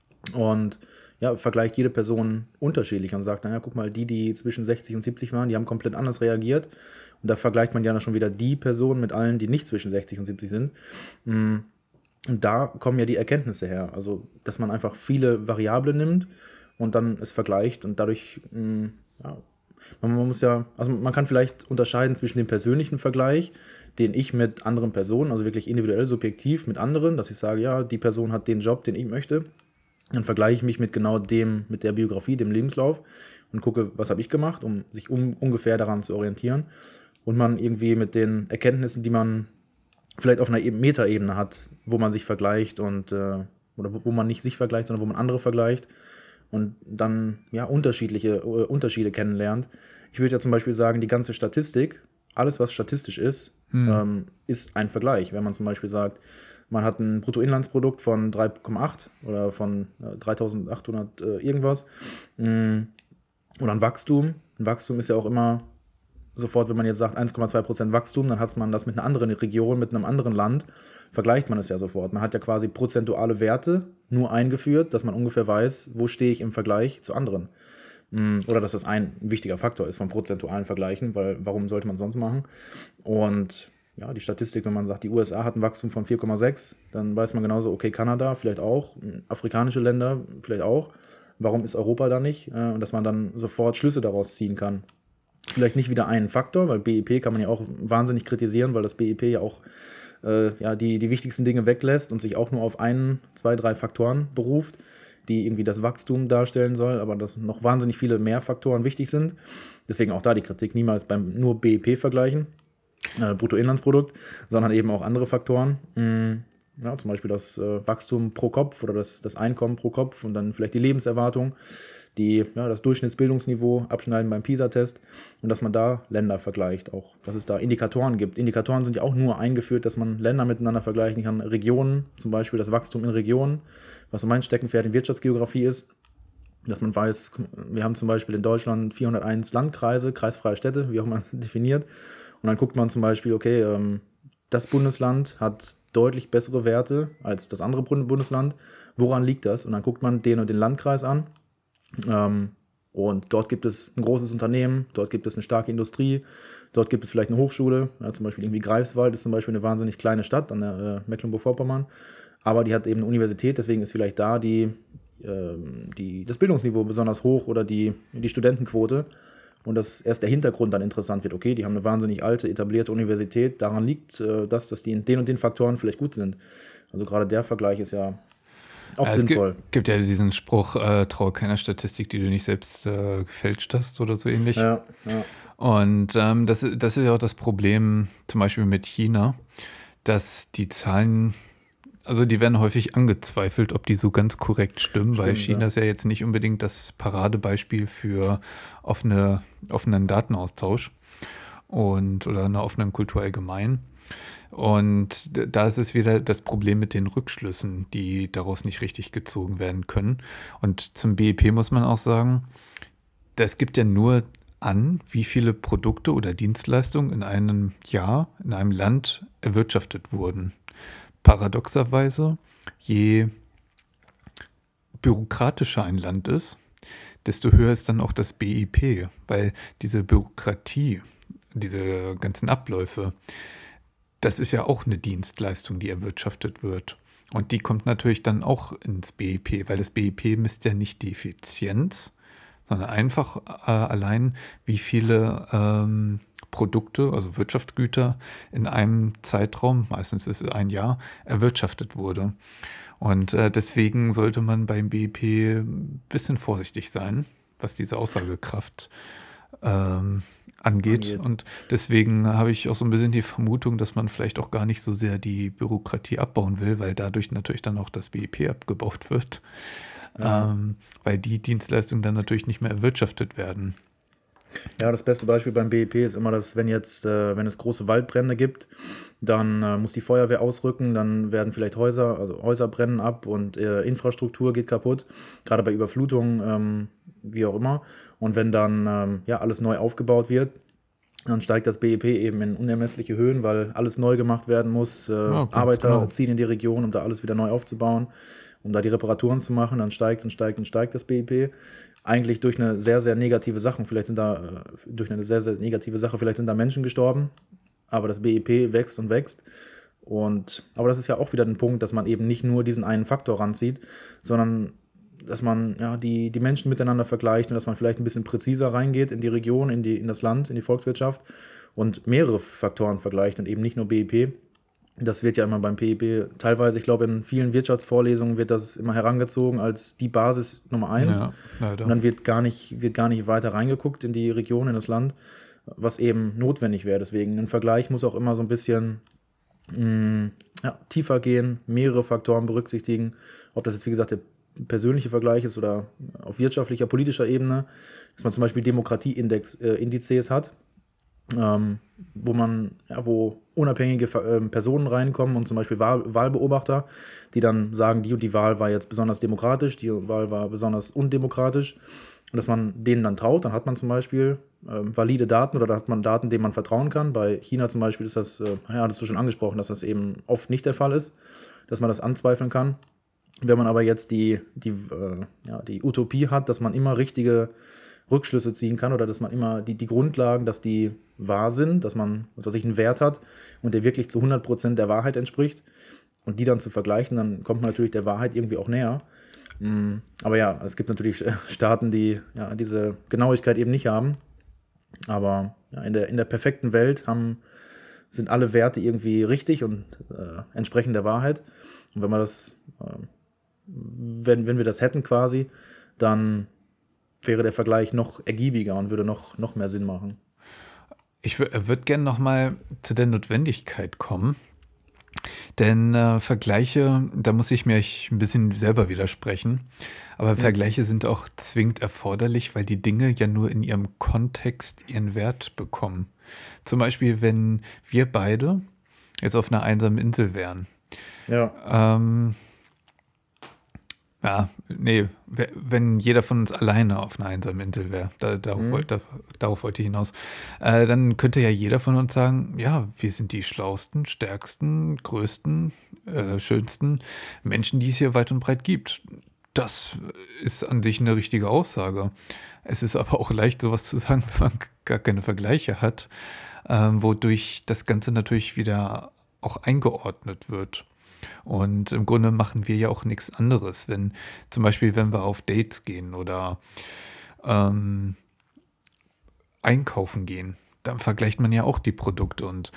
und ja, vergleicht jede Person unterschiedlich und sagt dann, ja, guck mal, die, die zwischen sechzig und siebzig waren, die haben komplett anders reagiert. Und da vergleicht man ja dann schon wieder die Person mit allen, die nicht zwischen sechzig und siebzig sind. Mm, Und da kommen ja die Erkenntnisse her. Also, dass man einfach viele Variablen nimmt und dann es vergleicht und dadurch, mm, ja, man, man muss ja, also man kann vielleicht unterscheiden zwischen dem persönlichen Vergleich, den ich mit anderen Personen, also wirklich individuell, subjektiv mit anderen, dass ich sage, ja, die Person hat den Job, den ich möchte. Dann vergleiche ich mich mit genau dem, mit der Biografie, dem Lebenslauf und gucke, was habe ich gemacht, um sich um, ungefähr daran zu orientieren. Und man irgendwie mit den Erkenntnissen, die man vielleicht auf einer Eben- Metaebene hat, wo man sich vergleicht und äh, oder wo, wo man nicht sich vergleicht, sondern wo man andere vergleicht und dann ja unterschiedliche äh, Unterschiede kennenlernt. Ich würde ja zum Beispiel sagen, die ganze Statistik, alles was statistisch ist, hm. ähm, ist ein Vergleich. Wenn man zum Beispiel sagt, man hat ein Bruttoinlandsprodukt von drei Komma acht oder von äh, dreitausendachthundert äh, irgendwas mh, oder ein Wachstum. Ein Wachstum ist ja auch immer sofort, wenn man jetzt sagt eins Komma zwei Prozent Wachstum, dann hat man das mit einer anderen Region, mit einem anderen Land, vergleicht man es ja sofort. Man hat ja quasi prozentuale Werte nur eingeführt, dass man ungefähr weiß, wo stehe ich im Vergleich zu anderen. Mm, Oder dass das ein wichtiger Faktor ist vom prozentualen Vergleichen, weil warum sollte man sonst machen? Und ja, die Statistik, wenn man sagt, die U S A hat ein Wachstum von vier Komma sechs, dann weiß man genauso, okay, Kanada vielleicht auch, afrikanische Länder vielleicht auch. Warum ist Europa da nicht? Äh, Und dass man dann sofort Schlüsse daraus ziehen kann. Vielleicht nicht wieder einen Faktor, weil B I P kann man ja auch wahnsinnig kritisieren, weil das B I P ja auch äh, ja, die, die wichtigsten Dinge weglässt und sich auch nur auf einen, zwei, drei Faktoren beruft, die irgendwie das Wachstum darstellen soll, aber dass noch wahnsinnig viele mehr Faktoren wichtig sind. Deswegen auch da die Kritik, niemals beim nur B I P vergleichen, äh, Bruttoinlandsprodukt, sondern eben auch andere Faktoren. Mm, Ja, zum Beispiel das äh, Wachstum pro Kopf oder das, das Einkommen pro Kopf und dann vielleicht die Lebenserwartung, die, ja, das Durchschnittsbildungsniveau abschneiden beim PISA-Test und dass man da Länder vergleicht, auch dass es da Indikatoren gibt. Indikatoren sind ja auch nur eingeführt, dass man Länder miteinander vergleichen kann, Regionen, zum Beispiel das Wachstum in Regionen, was so mein Steckenpferd in Wirtschaftsgeografie ist, dass man weiß, wir haben zum Beispiel in Deutschland vierhunderteins Landkreise, kreisfreie Städte, wie auch immer definiert. Und dann guckt man zum Beispiel, okay, ähm, das Bundesland hat deutlich bessere Werte als das andere Bund- Bundesland. Woran liegt das? Und dann guckt man den und den Landkreis an. Ähm, und dort gibt es ein großes Unternehmen, dort gibt es eine starke Industrie, dort gibt es vielleicht eine Hochschule. Ja, zum Beispiel irgendwie Greifswald ist zum Beispiel eine wahnsinnig kleine Stadt an der äh, Mecklenburg-Vorpommern. Aber die hat eben eine Universität, deswegen ist vielleicht da die, ähm, die, das Bildungsniveau besonders hoch oder die, die Studentenquote. Und dass erst der Hintergrund dann interessant wird. Okay, die haben eine wahnsinnig alte, etablierte Universität. Daran liegt äh, das, dass die in den und den Faktoren vielleicht gut sind. Also gerade der Vergleich ist ja auch Ja, es gibt, sinnvoll. gibt ja diesen Spruch, äh, traue keiner Statistik, die du nicht selbst äh, gefälscht hast oder so ähnlich. Ja, ja. Und ähm, das, ist- das ist ja auch das Problem zum Beispiel mit China, dass die Zahlen, also die werden häufig angezweifelt, ob die so ganz korrekt stimmen, weil Stimmt, China ja. ist ja jetzt nicht unbedingt das Paradebeispiel für offene, offenen Datenaustausch und oder einer offenen Kultur allgemein. Und d- da ist es wieder das Problem mit den Rückschlüssen, die daraus nicht richtig gezogen werden können. Und zum B I P muss man auch sagen, das gibt ja nur an, wie viele Produkte oder Dienstleistungen in einem Jahr in einem Land erwirtschaftet wurden. Paradoxerweise, je bürokratischer ein Land ist, desto höher ist dann auch das B I P, weil diese Bürokratie, diese ganzen Abläufe, das ist ja auch eine Dienstleistung, die erwirtschaftet wird. Und die kommt natürlich dann auch ins B I P, weil das B I P misst ja nicht die Effizienz, sondern einfach äh, allein, wie viele ähm, Produkte, also Wirtschaftsgüter in einem Zeitraum, meistens ist es ein Jahr, erwirtschaftet wurde. Und äh, deswegen sollte man beim B I P ein bisschen vorsichtig sein, was diese Aussagekraft ähm, angeht. Angeht. Und deswegen habe ich auch so ein bisschen die Vermutung, dass man vielleicht auch gar nicht so sehr die Bürokratie abbauen will, weil dadurch natürlich dann auch das B I P abgebaut wird. Ja. Ähm, weil die Dienstleistungen dann natürlich nicht mehr erwirtschaftet werden. Ja, das beste Beispiel beim B I P ist immer, dass wenn jetzt, äh, wenn es große Waldbrände gibt, dann äh, muss die Feuerwehr ausrücken, dann werden vielleicht Häuser, also Häuser brennen ab und äh, Infrastruktur geht kaputt, gerade bei Überflutungen, ähm, wie auch immer. Und wenn dann ähm, ja, alles neu aufgebaut wird, dann steigt das B I P eben in unermessliche Höhen, weil alles neu gemacht werden muss. Äh, Ja, ganz Arbeiter genau. ziehen in die Region, um da alles wieder neu aufzubauen, um da die Reparaturen zu machen. Dann steigt und steigt und steigt das B I P. Eigentlich durch eine sehr, sehr negative Sache. Vielleicht sind da, äh, durch eine sehr, sehr negative Sache, vielleicht sind da Menschen gestorben, aber das B I P wächst und wächst. Und, aber das ist ja auch wieder ein Punkt, dass man eben nicht nur diesen einen Faktor ranzieht, sondern dass man ja, die, die Menschen miteinander vergleicht und dass man vielleicht ein bisschen präziser reingeht in die Region, in, die, in das Land, in die Volkswirtschaft und mehrere Faktoren vergleicht und eben nicht nur B I P. Das wird ja immer beim P I P teilweise, ich glaube, in vielen Wirtschaftsvorlesungen wird das immer herangezogen als die Basis Nummer eins. Ja, leider. Und dann wird gar nicht, wird gar nicht weiter reingeguckt in die Region, in das Land, was eben notwendig wäre. Deswegen ein Vergleich muss auch immer so ein bisschen mh, ja, tiefer gehen, mehrere Faktoren berücksichtigen. Ob das jetzt, wie gesagt, der persönliche Vergleich ist oder auf wirtschaftlicher, politischer Ebene, dass man zum Beispiel Demokratieindizes äh, hat, ähm, wo man, ja, wo unabhängige äh, Personen reinkommen und zum Beispiel Wahl, Wahlbeobachter, die dann sagen, die und die Wahl war jetzt besonders demokratisch, die Wahl war besonders undemokratisch. Und dass man denen dann traut, dann hat man zum Beispiel ähm, valide Daten oder da hat man Daten, denen man vertrauen kann. Bei China zum Beispiel ist das, äh, ja, hattest du schon angesprochen, dass das eben oft nicht der Fall ist, dass man das anzweifeln kann. Wenn man aber jetzt die, die, äh, ja, die Utopie hat, dass man immer richtige Rückschlüsse ziehen kann oder dass man immer die, die Grundlagen, dass die wahr sind, dass man, was weiß ich, einen Wert hat und der wirklich zu hundert Prozent der Wahrheit entspricht und die dann zu vergleichen, dann kommt man natürlich der Wahrheit irgendwie auch näher. Aber ja, es gibt natürlich Staaten, die ja, diese Genauigkeit eben nicht haben. Aber ja, in der, in der perfekten Welt haben, sind alle Werte irgendwie richtig und äh, entsprechen der Wahrheit. Und wenn man das, äh, wenn, wenn wir das hätten quasi, dann wäre der Vergleich noch ergiebiger und würde noch, noch mehr Sinn machen. Ich würde gerne nochmal zu der Notwendigkeit kommen. Denn äh, Vergleiche, da muss ich mir ein bisschen selber widersprechen, aber mhm. Vergleiche sind auch zwingend erforderlich, weil die Dinge ja nur in ihrem Kontext ihren Wert bekommen. Zum Beispiel, wenn wir beide jetzt auf einer einsamen Insel wären. Ja. Ähm, ja, nee, wenn jeder von uns alleine auf einer einsamen Insel wäre, da, darauf, mhm. wollte, darauf wollte ich hinaus, äh, dann könnte ja jeder von uns sagen, ja, wir sind die schlausten, stärksten, größten, äh, schönsten Menschen, die es hier weit und breit gibt. Das ist an sich eine richtige Aussage. Es ist aber auch leicht, sowas zu sagen, wenn man gar keine Vergleiche hat, äh, wodurch das Ganze natürlich wieder auch eingeordnet wird. Und im Grunde machen wir ja auch nichts anderes, wenn zum Beispiel, wenn wir auf Dates gehen oder ähm, einkaufen gehen, dann vergleicht man ja auch die Produkte und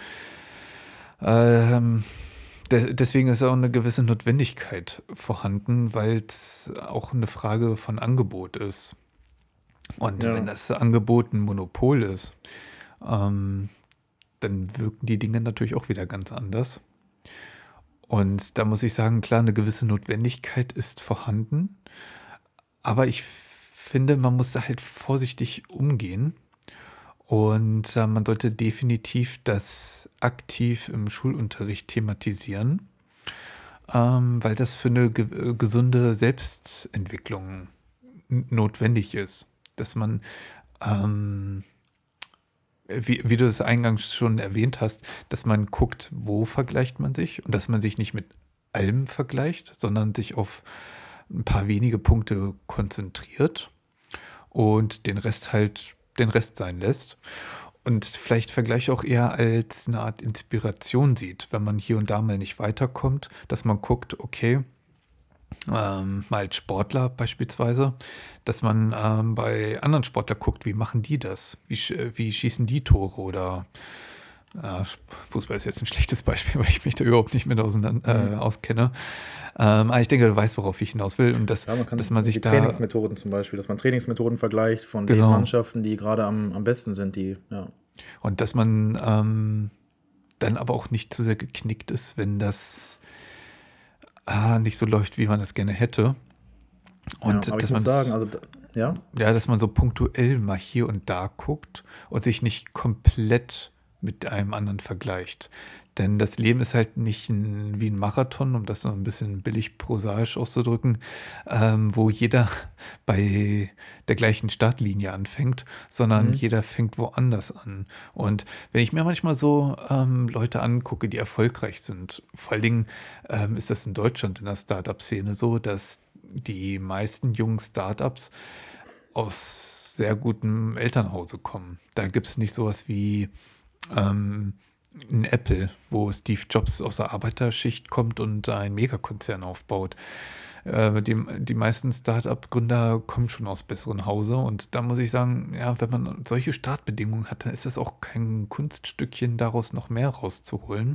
ähm, de- deswegen ist auch eine gewisse Notwendigkeit vorhanden, weil es auch eine Frage von Angebot ist. Und Ja. wenn das Angebot ein Monopol ist, ähm, dann wirken die Dinge natürlich auch wieder ganz anders. Und da muss ich sagen, klar, eine gewisse Notwendigkeit ist vorhanden, aber ich finde, man muss da halt vorsichtig umgehen und äh, man sollte definitiv das aktiv im Schulunterricht thematisieren, ähm, weil das für eine ge- gesunde Selbstentwicklung n- notwendig ist, dass man ähm, Wie, wie du es eingangs schon erwähnt hast, dass man guckt, wo vergleicht man sich und dass man sich nicht mit allem vergleicht, sondern sich auf ein paar wenige Punkte konzentriert und den Rest halt den Rest sein lässt und vielleicht Vergleich auch eher als eine Art Inspiration sieht, wenn man hier und da mal nicht weiterkommt, dass man guckt, okay, ähm, mal als Sportler beispielsweise, dass man ähm, bei anderen Sportlern guckt, wie machen die das? Wie, sch- wie schießen die Tore? Oder äh, Fußball ist jetzt ein schlechtes Beispiel, weil ich mich da überhaupt nicht mit auseinander, äh, Mhm. auskenne. Ähm, aber ich denke, du weißt, worauf ich hinaus will. Und das, Ja, man dass kann man sich die da, Trainingsmethoden zum Beispiel, dass man Trainingsmethoden vergleicht von den genau, Mannschaften, die gerade am, am besten sind, die, ja. und dass man ähm, dann aber auch nicht zu sehr geknickt ist, wenn das ah, nicht so läuft, wie man das gerne hätte. Ja, aber Und ich dass man muss sagen, das, also, da- ja, ja, dass man so punktuell mal hier und da guckt und sich nicht komplett mit einem anderen vergleicht. Denn das Leben ist halt nicht ein, wie ein Marathon, um das so ein bisschen billig prosaisch auszudrücken, ähm, wo jeder bei der gleichen Startlinie anfängt, sondern mhm. jeder fängt woanders an. Und wenn ich mir manchmal so ähm, Leute angucke, die erfolgreich sind, vor allen Dingen ähm, ist das in Deutschland in der Startup-Szene so, dass die meisten jungen Startups aus sehr gutem Elternhause kommen. Da gibt es nicht sowas wie ähm, ein Apple, wo Steve Jobs aus der Arbeiterschicht kommt und einen Megakonzern aufbaut. Äh, die, die meisten Startup-Gründer kommen schon aus besseren Hause und da muss ich sagen, ja, wenn man solche Startbedingungen hat, dann ist das auch kein Kunststückchen, daraus noch mehr rauszuholen.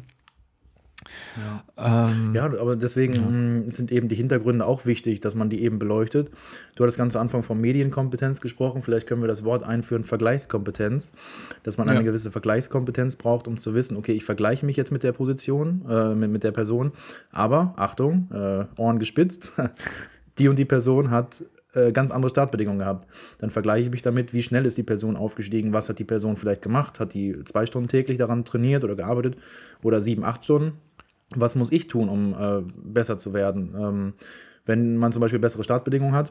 Ja. Ähm, Ja, aber ja, deswegen mh, sind eben die Hintergründe auch wichtig, dass man die eben beleuchtet. Du hattest ganz zu Anfang von Medienkompetenz gesprochen. Vielleicht können wir das Wort einführen, Vergleichskompetenz. Dass man eine ja, gewisse Vergleichskompetenz braucht, um zu wissen, okay, ich vergleiche mich jetzt mit der Position, äh, mit, mit der Person. Aber, Achtung, äh, Ohren gespitzt, die und die Person hat äh, ganz andere Startbedingungen gehabt. Dann vergleiche ich mich damit, wie schnell ist die Person aufgestiegen, was hat die Person vielleicht gemacht, hat die zwei Stunden täglich daran trainiert oder gearbeitet oder sieben, acht Stunden. Was muss ich tun, um äh, besser zu werden? Ähm, wenn man zum Beispiel bessere Startbedingungen hat,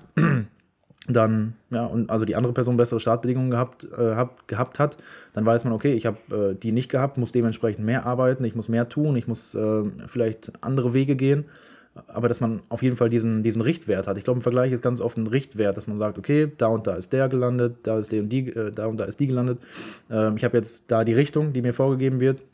dann, ja, und also die andere Person bessere Startbedingungen gehabt, äh, hab, gehabt hat, dann weiß man, okay, ich habe äh, die nicht gehabt, muss dementsprechend mehr arbeiten, ich muss mehr tun, ich muss äh, vielleicht andere Wege gehen, aber dass man auf jeden Fall diesen, diesen Richtwert hat. Ich glaube, im Vergleich ist ganz oft ein Richtwert, dass man sagt, okay, da und da ist der gelandet, da ist der und die, äh, da und da ist die gelandet. Ähm, ich habe jetzt da die Richtung, die mir vorgegeben wird.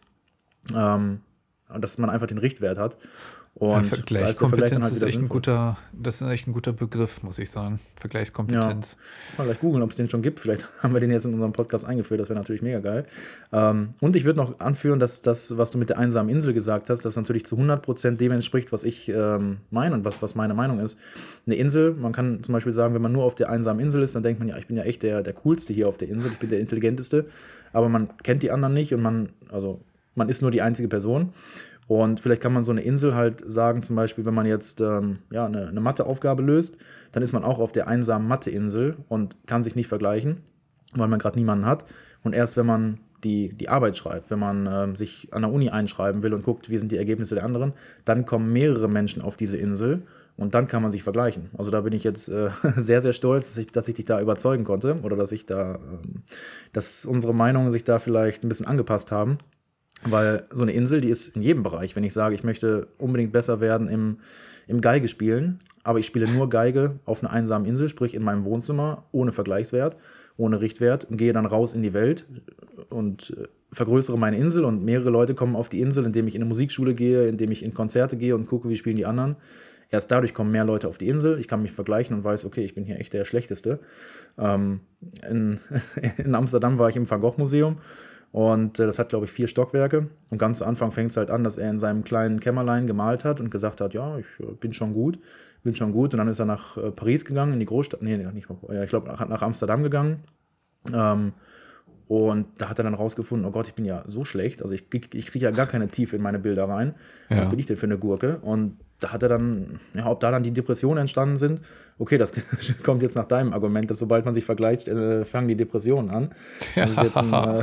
Ähm, dass man einfach den Richtwert hat. ja, Und da ist der Vergleich dann Vergleichskompetenz halt ist wieder echt ein sinnvoll. guter, das ist echt ein guter Begriff, muss ich sagen. Ja, Vergleichskompetenz. muss mal gleich googeln, ob es den schon gibt. Vielleicht haben wir den jetzt in unserem Podcast eingeführt. Das wäre natürlich mega geil. Ähm, und ich würde noch anführen, dass das, was du mit der einsamen Insel gesagt hast, das natürlich zu hundert Prozent dem entspricht, was ich ähm, meine und was, was meine Meinung ist. Eine Insel, man kann zum Beispiel sagen, wenn man nur auf der einsamen Insel ist, dann denkt man, ja, ich bin ja echt der, der Coolste hier auf der Insel, ich bin der Intelligenteste. Aber man kennt die anderen nicht und man, also man ist nur die einzige Person. Und vielleicht kann man so eine Insel halt sagen, zum Beispiel, wenn man jetzt ähm, ja, eine, eine Matheaufgabe löst, dann ist man auch auf der einsamen Mathe-Insel und kann sich nicht vergleichen, weil man gerade niemanden hat. Und erst wenn man die, die Arbeit schreibt, wenn man ähm, sich an der Uni einschreiben will und guckt, wie sind die Ergebnisse der anderen, dann kommen mehrere Menschen auf diese Insel und dann kann man sich vergleichen. Also da bin ich jetzt äh, sehr, sehr stolz, dass ich, dass ich dich da überzeugen konnte oder dass ich da, ähm, dass unsere Meinungen sich da vielleicht ein bisschen angepasst haben. Weil so eine Insel, die ist in jedem Bereich. Wenn ich sage, ich möchte unbedingt besser werden im, im Geige spielen, aber ich spiele nur Geige auf einer einsamen Insel, sprich in meinem Wohnzimmer, ohne Vergleichswert, ohne Richtwert und gehe dann raus in die Welt und äh, vergrößere meine Insel und mehrere Leute kommen auf die Insel, indem ich in eine Musikschule gehe, indem ich in Konzerte gehe und gucke, wie spielen die anderen. Erst dadurch kommen mehr Leute auf die Insel. Ich kann mich vergleichen und weiß, okay, ich bin hier echt der Schlechteste. Ähm, in, in Amsterdam war ich im Van Gogh Museum und äh, das hat, glaube ich, vier Stockwerke. Und ganz zu Anfang fängt es halt an, dass er in seinem kleinen Kämmerlein gemalt hat und gesagt hat, ja, ich äh, bin schon gut, bin schon gut. Und dann ist er nach äh, Paris gegangen, in die Großstadt, nee, nee, nicht, äh, ich glaube, nach, nach Amsterdam gegangen. Ähm, und da hat er dann rausgefunden, oh Gott, ich bin ja so schlecht, also ich, ich, ich kriege ja gar keine Tiefe in meine Bilder rein. Was Ja, bin ich denn für eine Gurke? Und da hat er dann, ja, ob da dann die Depressionen entstanden sind, okay, das kommt jetzt nach deinem Argument, dass sobald man sich vergleicht, äh, fangen die Depressionen an. Das ist jetzt ein, ja, äh,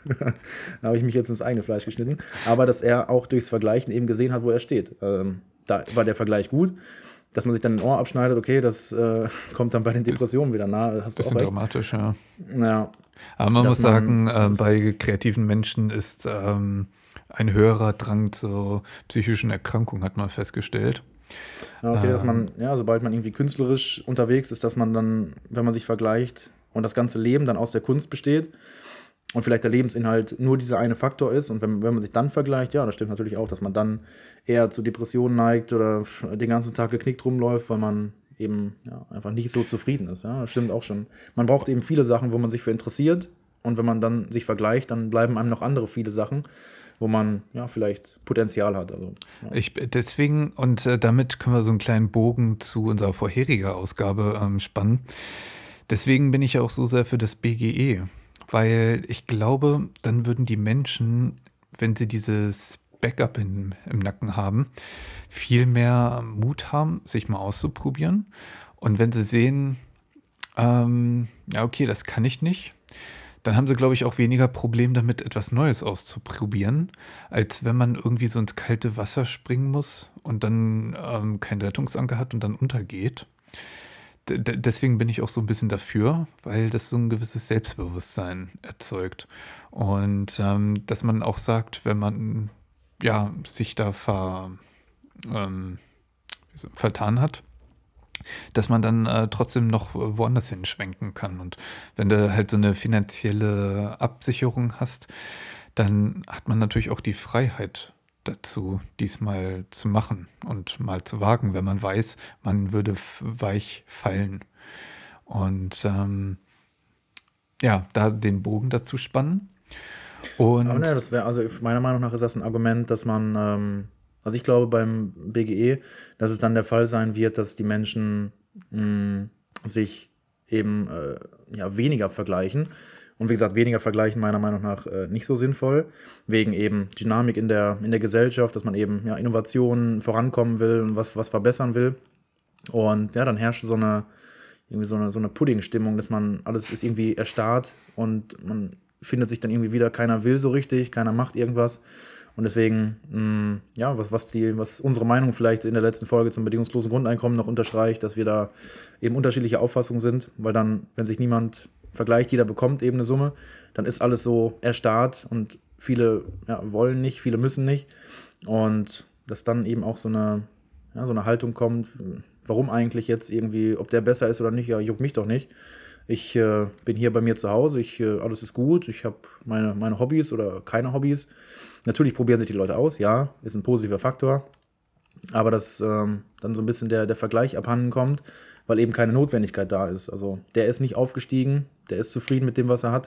da habe ich mich jetzt ins eigene Fleisch geschnitten. Aber dass er auch durchs Vergleichen eben gesehen hat, wo er steht. Ähm, da war der Vergleich gut. Dass man sich dann ein Ohr abschneidet, okay, das äh, kommt dann bei den Depressionen wieder nahe, hast du auch bisschen recht. dramatisch, ja. Ja, Aber man dass muss man, sagen, ähm, das, bei kreativen Menschen ist ähm, ein höherer Drang zur psychischen Erkrankung, hat man festgestellt. ja, okay, dass Ähm, man, ja, sobald man irgendwie künstlerisch unterwegs ist, dass man dann, wenn man sich vergleicht und das ganze Leben dann aus der Kunst besteht, und vielleicht der Lebensinhalt nur dieser eine Faktor ist und wenn, wenn man sich dann vergleicht, ja, das stimmt natürlich auch, dass man dann eher zu Depressionen neigt oder den ganzen Tag geknickt rumläuft, weil man eben ja, einfach nicht so zufrieden ist. Ja, das stimmt auch schon. Man braucht eben viele Sachen, wo man sich für interessiert und wenn man dann sich vergleicht, dann bleiben einem noch andere viele Sachen, wo man ja vielleicht Potenzial hat. Also, ja. Ich deswegen, und äh, damit können wir so einen kleinen Bogen zu unserer vorherigen Ausgabe ähm, spannen. Deswegen bin ich ja auch so sehr für das B G E, weil ich glaube, dann würden die Menschen, wenn sie dieses Backup in, im Nacken haben, viel mehr Mut haben, sich mal auszuprobieren. Und wenn sie sehen, ähm, ja okay, das kann ich nicht, dann haben sie, glaube ich, auch weniger Problem damit, etwas Neues auszuprobieren, als wenn man irgendwie so ins kalte Wasser springen muss und dann ähm, keinen Rettungsanker hat und dann untergeht. D- d- deswegen bin ich auch so ein bisschen dafür, weil das so ein gewisses Selbstbewusstsein erzeugt. Und ähm, dass man auch sagt, wenn man ja, sich da ver, ähm, vertan hat, dass man dann äh, trotzdem noch woanders hinschwenken kann. Und wenn du halt so eine finanzielle Absicherung hast, dann hat man natürlich auch die Freiheit dazu, diesmal zu machen und mal zu wagen, wenn man weiß, man würde f- weich fallen. Und ähm, ja, da den Bogen dazu spannen. Und Aber ne, das wäre, also meiner Meinung nach ist das ein Argument, dass man, ähm, also ich glaube beim B G E, dass es dann der Fall sein wird, dass die Menschen mh, sich eben äh, ja, weniger vergleichen. Und wie gesagt, weniger vergleichen meiner Meinung nach äh, nicht so sinnvoll, wegen eben Dynamik in der, in der Gesellschaft, dass man eben ja, Innovationen vorankommen will und was, was verbessern will. Und ja, dann herrscht so eine, irgendwie so eine, so eine Pudding-Stimmung, dass man, alles ist irgendwie erstarrt und man findet sich dann irgendwie wieder, keiner will so richtig, keiner macht irgendwas. Und deswegen, mh, ja, was, was, die, was unsere Meinung vielleicht in der letzten Folge zum bedingungslosen Grundeinkommen noch unterstreicht, dass wir da eben unterschiedliche Auffassungen sind, weil dann, wenn sich niemand vergleicht, jeder bekommt eben eine Summe, dann ist alles so erstarrt und viele ja, wollen nicht, viele müssen nicht. Und dass dann eben auch so eine, ja, so eine Haltung kommt, warum eigentlich jetzt irgendwie, ob der besser ist oder nicht, ja, juckt mich doch nicht. Ich äh, bin hier bei mir zu Hause, ich, äh, alles ist gut, ich habe meine, meine Hobbys oder keine Hobbys. Natürlich probieren sich die Leute aus, ja, ist ein positiver Faktor, aber dass ähm, dann so ein bisschen der, der Vergleich abhanden kommt, weil eben keine Notwendigkeit da ist. Also der ist nicht aufgestiegen, der ist zufrieden mit dem, was er hat.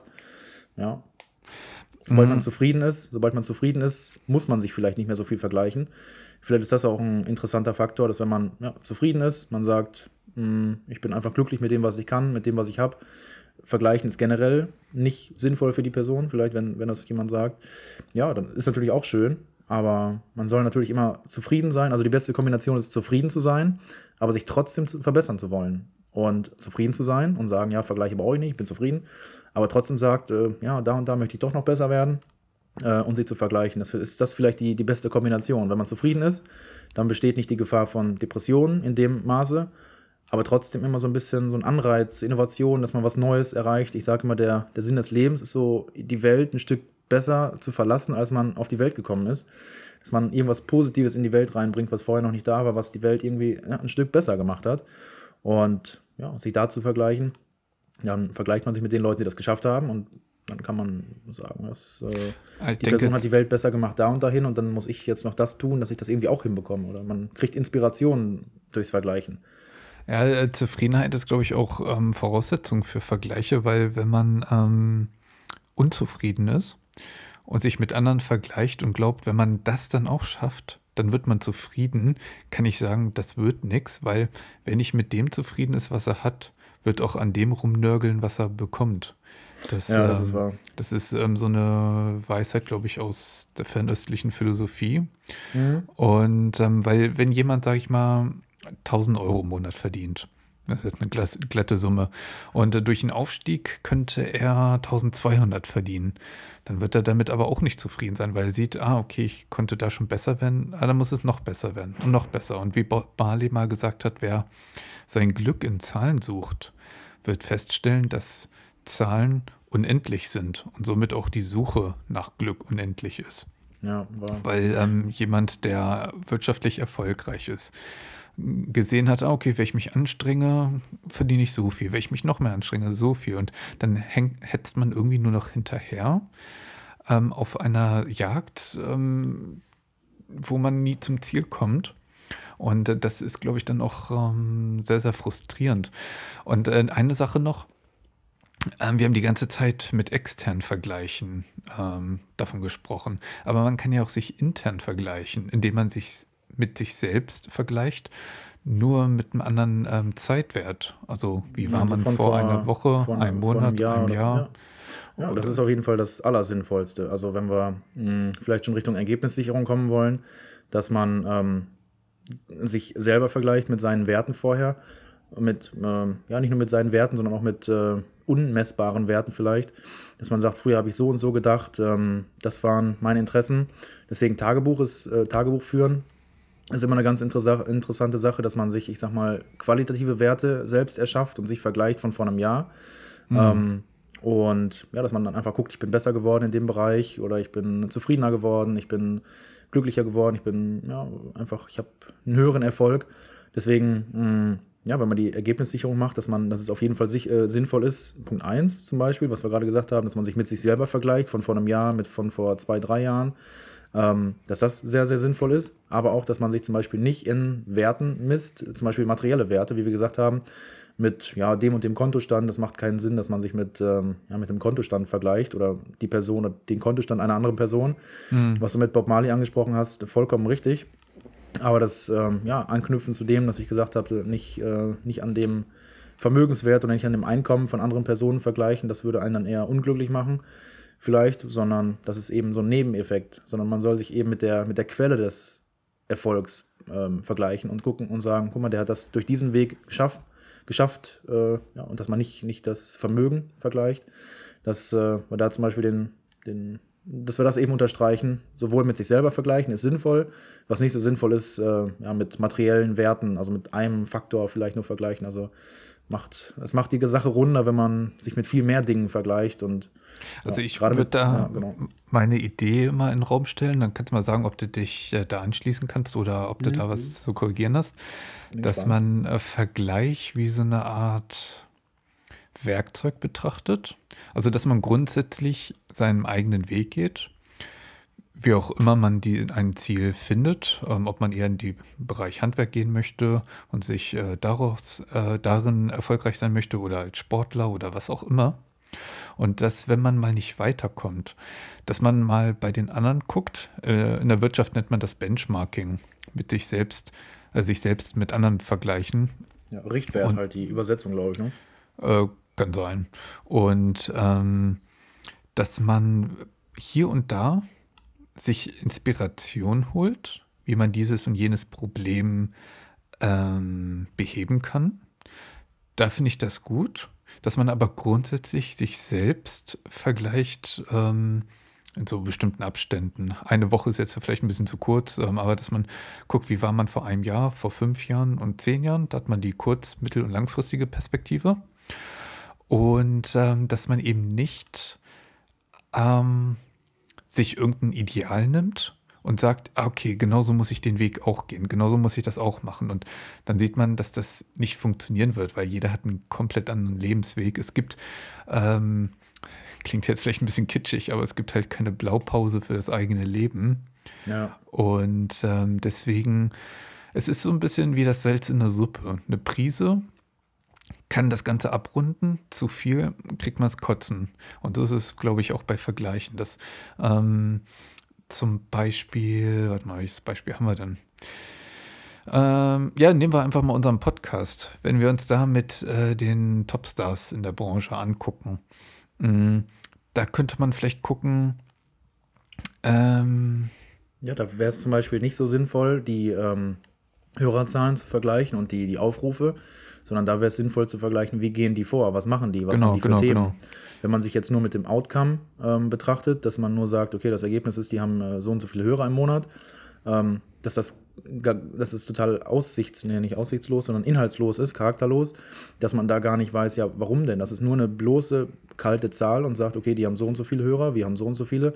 Ja. Sobald man zufrieden ist, sobald man zufrieden ist, muss man sich vielleicht nicht mehr so viel vergleichen. Vielleicht ist das auch ein interessanter Faktor, dass wenn man ja, zufrieden ist, man sagt, mh, ich bin einfach glücklich mit dem, was ich kann, mit dem, was ich habe. Vergleichen ist generell nicht sinnvoll für die Person, vielleicht wenn, wenn das jemand sagt. Ja, dann ist natürlich auch schön, aber man soll natürlich immer zufrieden sein. Also die beste Kombination ist, zufrieden zu sein, aber sich trotzdem zu, verbessern zu wollen. Und zufrieden zu sein und sagen, ja, Vergleiche brauche ich nicht, ich bin zufrieden. Aber trotzdem sagt, äh, ja, da und da möchte ich doch noch besser werden äh, und sie zu vergleichen. Das ist das vielleicht die, die beste Kombination. Wenn man zufrieden ist, dann besteht nicht die Gefahr von Depressionen in dem Maße, aber trotzdem immer so ein bisschen so ein Anreiz, Innovation, dass man was Neues erreicht. Ich sage immer, der, der Sinn des Lebens ist so, die Welt ein Stück besser zu verlassen, als man auf die Welt gekommen ist. Dass man irgendwas Positives in die Welt reinbringt, was vorher noch nicht da war, was die Welt irgendwie ja, ein Stück besser gemacht hat. Und ja, sich da zu vergleichen, dann vergleicht man sich mit den Leuten, die das geschafft haben und dann kann man sagen, dass, äh, die Person hat die Welt besser gemacht da und dahin und dann muss ich jetzt noch das tun, dass ich das irgendwie auch hinbekomme. Oder man kriegt Inspiration durchs Vergleichen. Ja, Zufriedenheit ist, glaube ich, auch ähm, Voraussetzung für Vergleiche, weil wenn man ähm, unzufrieden ist und sich mit anderen vergleicht und glaubt, wenn man das dann auch schafft, dann wird man zufrieden, kann ich sagen, das wird nichts, weil wenn ich mit dem zufrieden ist, was er hat, wird auch an dem rumnörgeln, was er bekommt. Das, ja, das ähm, ist wahr. Das ist ähm, so eine Weisheit, glaube ich, aus der fernöstlichen Philosophie. Mhm. Und ähm, weil wenn jemand, sage ich mal, tausend Euro im Monat verdient, das ist eine glatte Summe, und äh, durch einen Aufstieg könnte er tausendzweihundert verdienen, dann wird er damit aber auch nicht zufrieden sein, weil er sieht, ah, okay, ich konnte da schon besser werden, ah, dann muss es noch besser werden und noch besser. Und wie Barley mal gesagt hat, wer sein Glück in Zahlen sucht, wird feststellen, dass Zahlen unendlich sind und somit auch die Suche nach Glück unendlich ist. Ja, war. Weil ähm, jemand, der wirtschaftlich erfolgreich ist, gesehen hat, ah, okay, wenn ich mich anstrenge, verdiene ich so viel. Wenn ich mich noch mehr anstrenge, so viel. Und dann häng, hetzt man irgendwie nur noch hinterher ähm, auf einer Jagd, ähm, wo man nie zum Ziel kommt. Und äh, das ist, glaube ich, dann auch ähm, sehr, sehr frustrierend. Und äh, eine Sache noch, ähm, wir haben die ganze Zeit mit externen Vergleichen ähm, davon gesprochen. Aber man kann ja auch sich intern vergleichen, indem man sich mit sich selbst vergleicht, nur mit einem anderen ähm, Zeitwert. Also wie war Also man von vor, vor, einer Woche, vor, einem vor einem Monat, Jahr einem oder Jahr? ja. Ja, das ist auf jeden Fall das Allersinnvollste. Also wenn wir mh, vielleicht schon Richtung Ergebnissicherung kommen wollen, dass man ähm, sich selber vergleicht mit seinen Werten vorher, mit, ähm, ja, nicht nur mit seinen Werten, sondern auch mit äh, unmessbaren Werten vielleicht, dass man sagt, früher habe ich so und so gedacht, ähm, das waren meine Interessen. Deswegen Tagebuch ist, äh, Tagebuch führen ist immer eine ganz interessa- interessante Sache, dass man sich, ich sag mal, qualitative Werte selbst erschafft und sich vergleicht von vor einem Jahr. Ähm, und ja, dass man dann einfach guckt, ich bin besser geworden in dem Bereich oder ich bin zufriedener geworden, ich bin glücklicher geworden, ich bin ja einfach, ich habe einen höheren Erfolg. Deswegen, mh, ja, wenn man die Ergebnissicherung macht, dass man, dass es auf jeden Fall sich, äh, sinnvoll ist, Punkt eins zum Beispiel, was wir gerade gesagt haben, dass man sich mit sich selber vergleicht, von vor einem Jahr mit von vor zwei, drei Jahren, ähm, dass das sehr, sehr sinnvoll ist, aber auch, dass man sich zum Beispiel nicht in Werten misst, zum Beispiel materielle Werte, wie wir gesagt haben, mit ja, dem und dem Kontostand. Das macht keinen Sinn, dass man sich mit, ähm, ja, mit dem Kontostand vergleicht oder die Person oder den Kontostand einer anderen Person. Hm. Was du mit Bob Marley angesprochen hast, vollkommen richtig. Aber das ähm, ja, anknüpfen zu dem, dass ich gesagt habe, nicht, äh, nicht an dem Vermögenswert oder nicht an dem Einkommen von anderen Personen vergleichen, das würde einen dann eher unglücklich machen, vielleicht, sondern das ist eben so ein Nebeneffekt, sondern man soll sich eben mit der, mit der Quelle des Erfolgs ähm, vergleichen und gucken und sagen, guck mal, der hat das durch diesen Weg geschafft, geschafft äh, ja, und dass man nicht, nicht das Vermögen vergleicht, dass äh, wir da zum Beispiel den, den, dass wir das eben unterstreichen, sowohl mit sich selber vergleichen ist sinnvoll, was nicht so sinnvoll ist, äh, ja, mit materiellen Werten, also mit einem Faktor vielleicht nur vergleichen, also macht, es macht die Sache runder, wenn man sich mit viel mehr Dingen vergleicht und Also ja, ich gerade würde mit- da ja, genau. meine Idee mal in den Raum stellen, dann kannst du mal sagen, ob du dich äh, da anschließen kannst oder ob du Mhm. da was zu korrigieren hast, Bin dass gespannt. man äh, Vergleich wie so eine Art Werkzeug betrachtet. Also dass man grundsätzlich seinen eigenen Weg geht, wie auch immer man die, ein Ziel findet, ähm, ob man eher in den Bereich Handwerk gehen möchte und sich äh, daraus, äh, darin erfolgreich sein möchte oder als Sportler oder was auch immer. Und dass, wenn man mal nicht weiterkommt, dass man mal bei den anderen guckt. Äh, in der Wirtschaft nennt man das Benchmarking, mit sich selbst, äh, sich selbst mit anderen vergleichen. Ja, Richtwert Und- halt die Übersetzung, glaube ich, ne? Äh, kann sein. Und ähm, dass man hier und da sich Inspiration holt, wie man dieses und jenes Problem ähm, beheben kann. Da finde ich das gut, dass man aber grundsätzlich sich selbst vergleicht ähm, in so bestimmten Abständen. Eine Woche ist jetzt vielleicht ein bisschen zu kurz, ähm, aber dass man guckt, wie war man vor einem Jahr, vor fünf Jahren und zehn Jahren, da hat man die kurz-, mittel- und langfristige Perspektive. Und ähm, dass man eben nicht ähm, sich irgendein Ideal nimmt und sagt, ah, okay, genauso muss ich den Weg auch gehen, genauso muss ich das auch machen. Und dann sieht man, dass das nicht funktionieren wird, weil jeder hat einen komplett anderen Lebensweg. Es gibt, ähm, klingt jetzt vielleicht ein bisschen kitschig, aber es gibt halt keine Blaupause für das eigene Leben. Ja, Und ähm, deswegen, es ist so ein bisschen wie das Salz in der Suppe. Eine Prise kann das Ganze abrunden, zu viel kriegt man es kotzen. Und so ist es, glaube ich, auch bei Vergleichen. Dass ähm, zum Beispiel, warte mal, welches Beispiel haben wir denn? Ähm, ja, nehmen wir einfach mal unseren Podcast. Wenn wir uns da mit äh, den Topstars in der Branche angucken, mh, da könnte man vielleicht gucken, ähm, ja, da wäre es zum Beispiel nicht so sinnvoll, die ähm, Hörerzahlen zu vergleichen und die, die Aufrufe, sondern da wäre es sinnvoll zu vergleichen, wie gehen die vor, was machen die, was Genau, haben die für genau, Themen. genau. Wenn man sich jetzt nur mit dem Outcome ähm, betrachtet, dass man nur sagt, okay, das Ergebnis ist, die haben äh, so und so viele Hörer im Monat, ähm, dass das, ga- das ist total aussichts, nee, nicht aussichtslos, sondern inhaltslos ist, charakterlos, dass man da gar nicht weiß, ja, warum denn? Das ist nur eine bloße, kalte Zahl und sagt, okay, die haben so und so viele Hörer, wir haben so und so viele.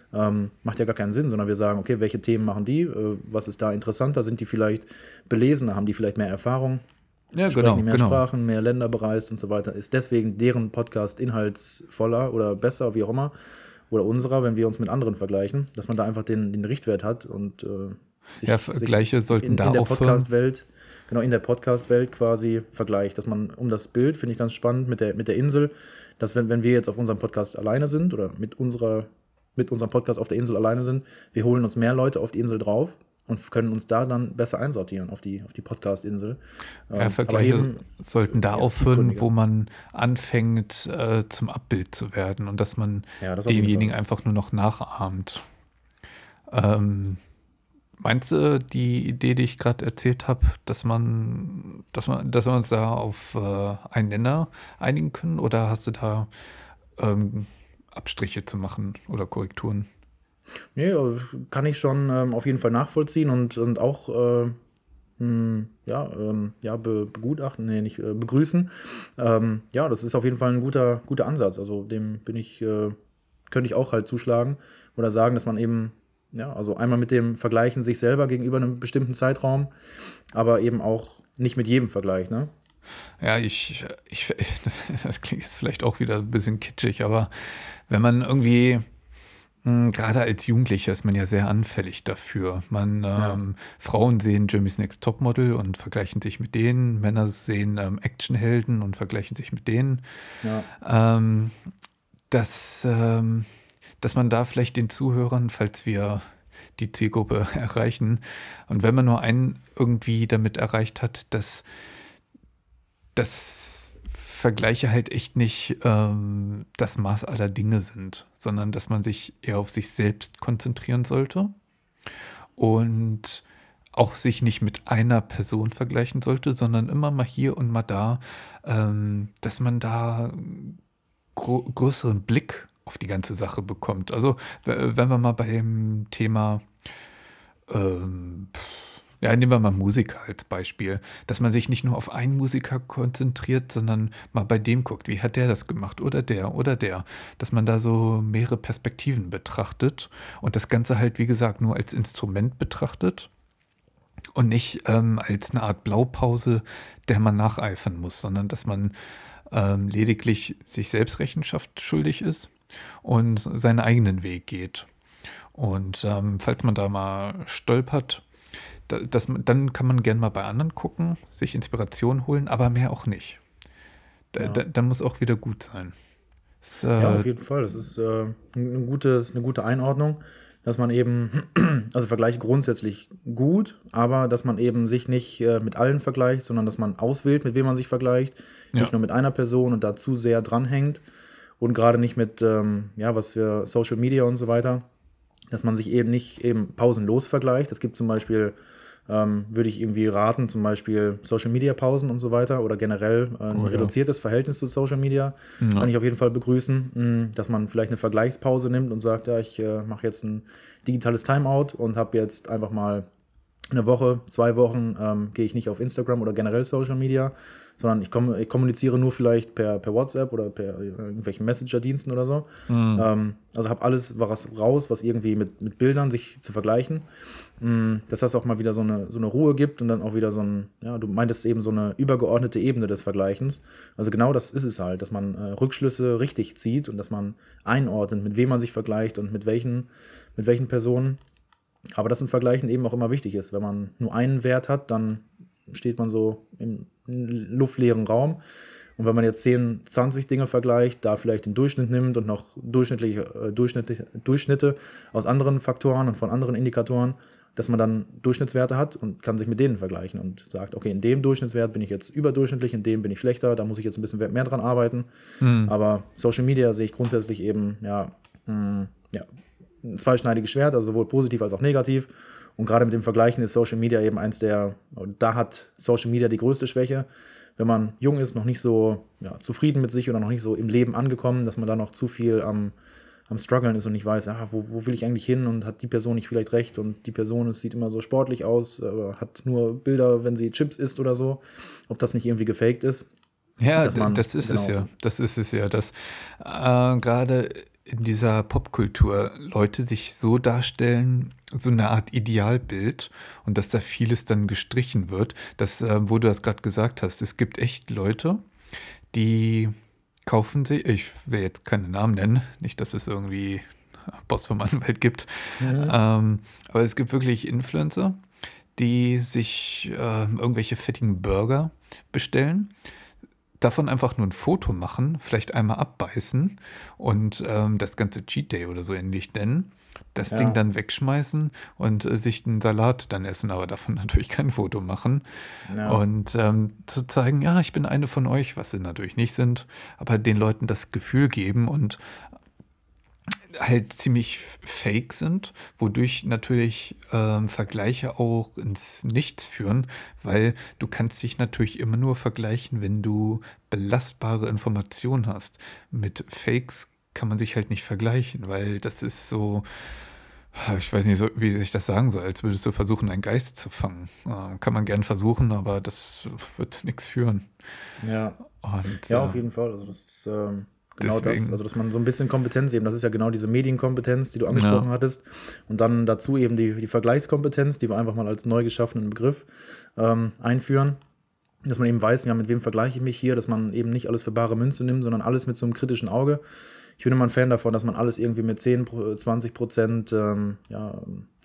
ähm, macht ja gar keinen Sinn, sondern wir sagen, okay, welche Themen machen die, äh, was ist da interessanter, sind die vielleicht belesener, haben die vielleicht mehr Erfahrung, Ja, sprechen genau, die mehr genau. Sprachen, mehr Länder bereist und so weiter, ist deswegen deren Podcast inhaltsvoller oder besser, wie auch immer, oder unserer, wenn wir uns mit anderen vergleichen, dass man da einfach den, den Richtwert hat und äh, Ja, sich, sich Vergleiche sollten in, da in der aufhören. Podcast-Welt, genau, in der Podcast-Welt quasi vergleicht, dass man um das Bild, finde ich ganz spannend, mit der, mit der Insel, dass wenn, wenn wir jetzt auf unserem Podcast alleine sind oder mit unserer, mit unserem Podcast auf der Insel alleine sind, wir holen uns mehr Leute auf die Insel drauf und können uns da dann besser einsortieren auf die, auf die Podcast-Insel. Ja, Ähm, aber Vergleiche eben, sollten da ja, aufhören, tiefgründiger. wo man anfängt, äh, zum Abbild zu werden und dass man Ja, das auf jeden denjenigen Fall. einfach nur noch nachahmt. Ähm, Meinst du, die Idee, die ich gerade erzählt habe, dass man, dass man, dass wir uns da auf äh, einen Nenner einigen können, oder hast du da ähm, Abstriche zu machen oder Korrekturen? Nee, äh, kann ich schon ähm, auf jeden Fall nachvollziehen und, und auch äh, mh, ja, ähm, ja, be, begutachten, nee, nicht äh, begrüßen. Ähm, ja, das ist auf jeden Fall ein guter, guter Ansatz. Also dem bin ich, äh, könnte ich auch halt zuschlagen oder sagen, dass man eben, ja, also einmal mit dem Vergleichen sich selber gegenüber einem bestimmten Zeitraum, aber eben auch nicht mit jedem Vergleich, ne? Ja, ich, ich, das klingt jetzt vielleicht auch wieder ein bisschen kitschig, aber wenn man irgendwie, mh, gerade als Jugendlicher ist man ja sehr anfällig dafür. Man, Ja, ähm, Frauen sehen Germany's Next Topmodel und vergleichen sich mit denen, Männer sehen ähm, Actionhelden und vergleichen sich mit denen. ja, Ähm, dass, ähm, dass man da vielleicht den Zuhörern, falls wir die Zielgruppe erreichen, und wenn man nur einen irgendwie damit erreicht hat, dass dass Vergleiche halt echt nicht ähm, das Maß aller Dinge sind, sondern dass man sich eher auf sich selbst konzentrieren sollte und auch sich nicht mit einer Person vergleichen sollte, sondern immer mal hier und mal da, ähm, dass man da gro größeren Blick auf die ganze Sache bekommt. Also, w- wenn wir mal beim Thema ähm, ja, nehmen wir mal Musiker als Beispiel, dass man sich nicht nur auf einen Musiker konzentriert, sondern mal bei dem guckt, wie hat der das gemacht oder der oder der, dass man da so mehrere Perspektiven betrachtet und das Ganze halt, wie gesagt, nur als Instrument betrachtet und nicht ähm, als eine Art Blaupause, der man nacheifern muss, sondern dass man ähm, lediglich sich selbst Rechenschaft schuldig ist und seinen eigenen Weg geht. Und ähm, falls man da mal stolpert, da, das, dann kann man gerne mal bei anderen gucken, sich Inspiration holen, aber mehr auch nicht. Da, ja. da, dann muss auch wieder gut sein. Es, Ja, äh, auf jeden Fall. Das ist äh, ein gutes, eine gute Einordnung, dass man eben, also Vergleiche grundsätzlich gut, aber dass man eben sich nicht äh, mit allen vergleicht, sondern dass man auswählt, mit wem man sich vergleicht, ja, nicht nur mit einer Person und da zu sehr dranhängt und gerade nicht mit, ähm, ja, was für Social Media und so weiter, dass man sich eben nicht eben pausenlos vergleicht. Es gibt zum Beispiel, ähm, würde ich irgendwie raten, zum Beispiel Social Media Pausen und so weiter oder generell äh, ein oh ja. reduziertes Verhältnis zu Social Media. Ja. Kann ich auf jeden Fall begrüßen, mh, dass man vielleicht eine Vergleichspause nimmt und sagt, ja, ich äh, mache jetzt ein digitales Timeout und habe jetzt einfach mal eine Woche, zwei Wochen ähm, gehe ich nicht auf Instagram oder generell Social Media, sondern ich, komm, ich kommuniziere nur vielleicht per, per WhatsApp oder per äh, irgendwelchen Messenger-Diensten oder so. Mhm. Ähm, also habe alles was raus, was irgendwie mit, mit Bildern sich zu vergleichen. Mm, dass das auch mal wieder so eine, so eine Ruhe gibt und dann auch wieder so ein, ja, du meintest eben so eine übergeordnete Ebene des Vergleichens. Also genau das ist es halt, dass man äh, Rückschlüsse richtig zieht und dass man einordnet, mit wem man sich vergleicht und mit welchen, mit welchen Personen. Aber dass ein Vergleichen eben auch immer wichtig ist. Wenn man nur einen Wert hat, dann steht man so im luftleeren Raum. Und wenn man jetzt zehn, zwanzig Dinge vergleicht, da vielleicht den Durchschnitt nimmt und noch durchschnittliche, äh, durchschnittliche Durchschnitte aus anderen Faktoren und von anderen Indikatoren, dass man dann Durchschnittswerte hat und kann sich mit denen vergleichen und sagt, okay, in dem Durchschnittswert bin ich jetzt überdurchschnittlich, in dem bin ich schlechter, da muss ich jetzt ein bisschen mehr dran arbeiten. Mhm. Aber Social Media sehe ich grundsätzlich eben, ja, mh, ja, ein zweischneidiges Schwert, also sowohl positiv als auch negativ. Und gerade mit dem Vergleichen ist Social Media eben eins der, da hat Social Media die größte Schwäche. Wenn man jung ist, noch nicht so ja, zufrieden mit sich oder noch nicht so im Leben angekommen, dass man da noch zu viel am, am Struggeln ist und nicht weiß, ah, wo, wo will ich eigentlich hin und hat die Person nicht vielleicht recht und die Person, es sieht immer so sportlich aus, aber hat nur Bilder, wenn sie Chips isst oder so, ob das nicht irgendwie gefaked ist. Ja, Dass d- man, das ist es genau, ja. Das ist es ja. Das äh, gerade in dieser Popkultur Leute sich so darstellen, so eine Art Idealbild und dass da vieles dann gestrichen wird, dass, äh, wo du das gerade gesagt hast, es gibt echt Leute, die kaufen sich, ich will jetzt keine Namen nennen, nicht, dass es irgendwie Boss vom Anwalt gibt, Mhm. ähm, aber es gibt wirklich Influencer, die sich ähm, irgendwelche fettigen Burger bestellen, davon einfach nur ein Foto machen, vielleicht einmal abbeißen und ähm, das ganze Cheat Day oder so ähnlich nennen, das Ding Ja, dann wegschmeißen und äh, sich einen Salat dann essen, aber davon natürlich kein Foto machen. ja, Und ähm, zu zeigen, ja, ich bin eine von euch, was sie natürlich nicht sind, aber den Leuten das Gefühl geben und halt ziemlich fake sind, wodurch natürlich ähm, Vergleiche auch ins Nichts führen, weil du kannst dich natürlich immer nur vergleichen, wenn du belastbare Informationen hast. Mit Fakes kann man sich halt nicht vergleichen, weil das ist so, ich weiß nicht, so, wie ich das sagen soll, als würdest du versuchen, einen Geist zu fangen. Ähm, kann man gern versuchen, aber das wird nichts führen. ja. Und Ja, auf äh, jeden Fall. Also das ist ähm, genau das. deswegen, Also dass man so ein bisschen Kompetenz eben, das ist ja genau diese Medienkompetenz, die du ja, angesprochen hattest. Und dann dazu eben die, die Vergleichskompetenz, die wir einfach mal als neu geschaffenen Begriff ähm, einführen. Dass man eben weiß, ja, mit wem vergleiche ich mich hier, dass man eben nicht alles für bare Münze nimmt, sondern alles mit so einem kritischen Auge. Ich bin immer ein Fan davon, dass man alles irgendwie mit zehn, zwanzig Prozent ähm, ja,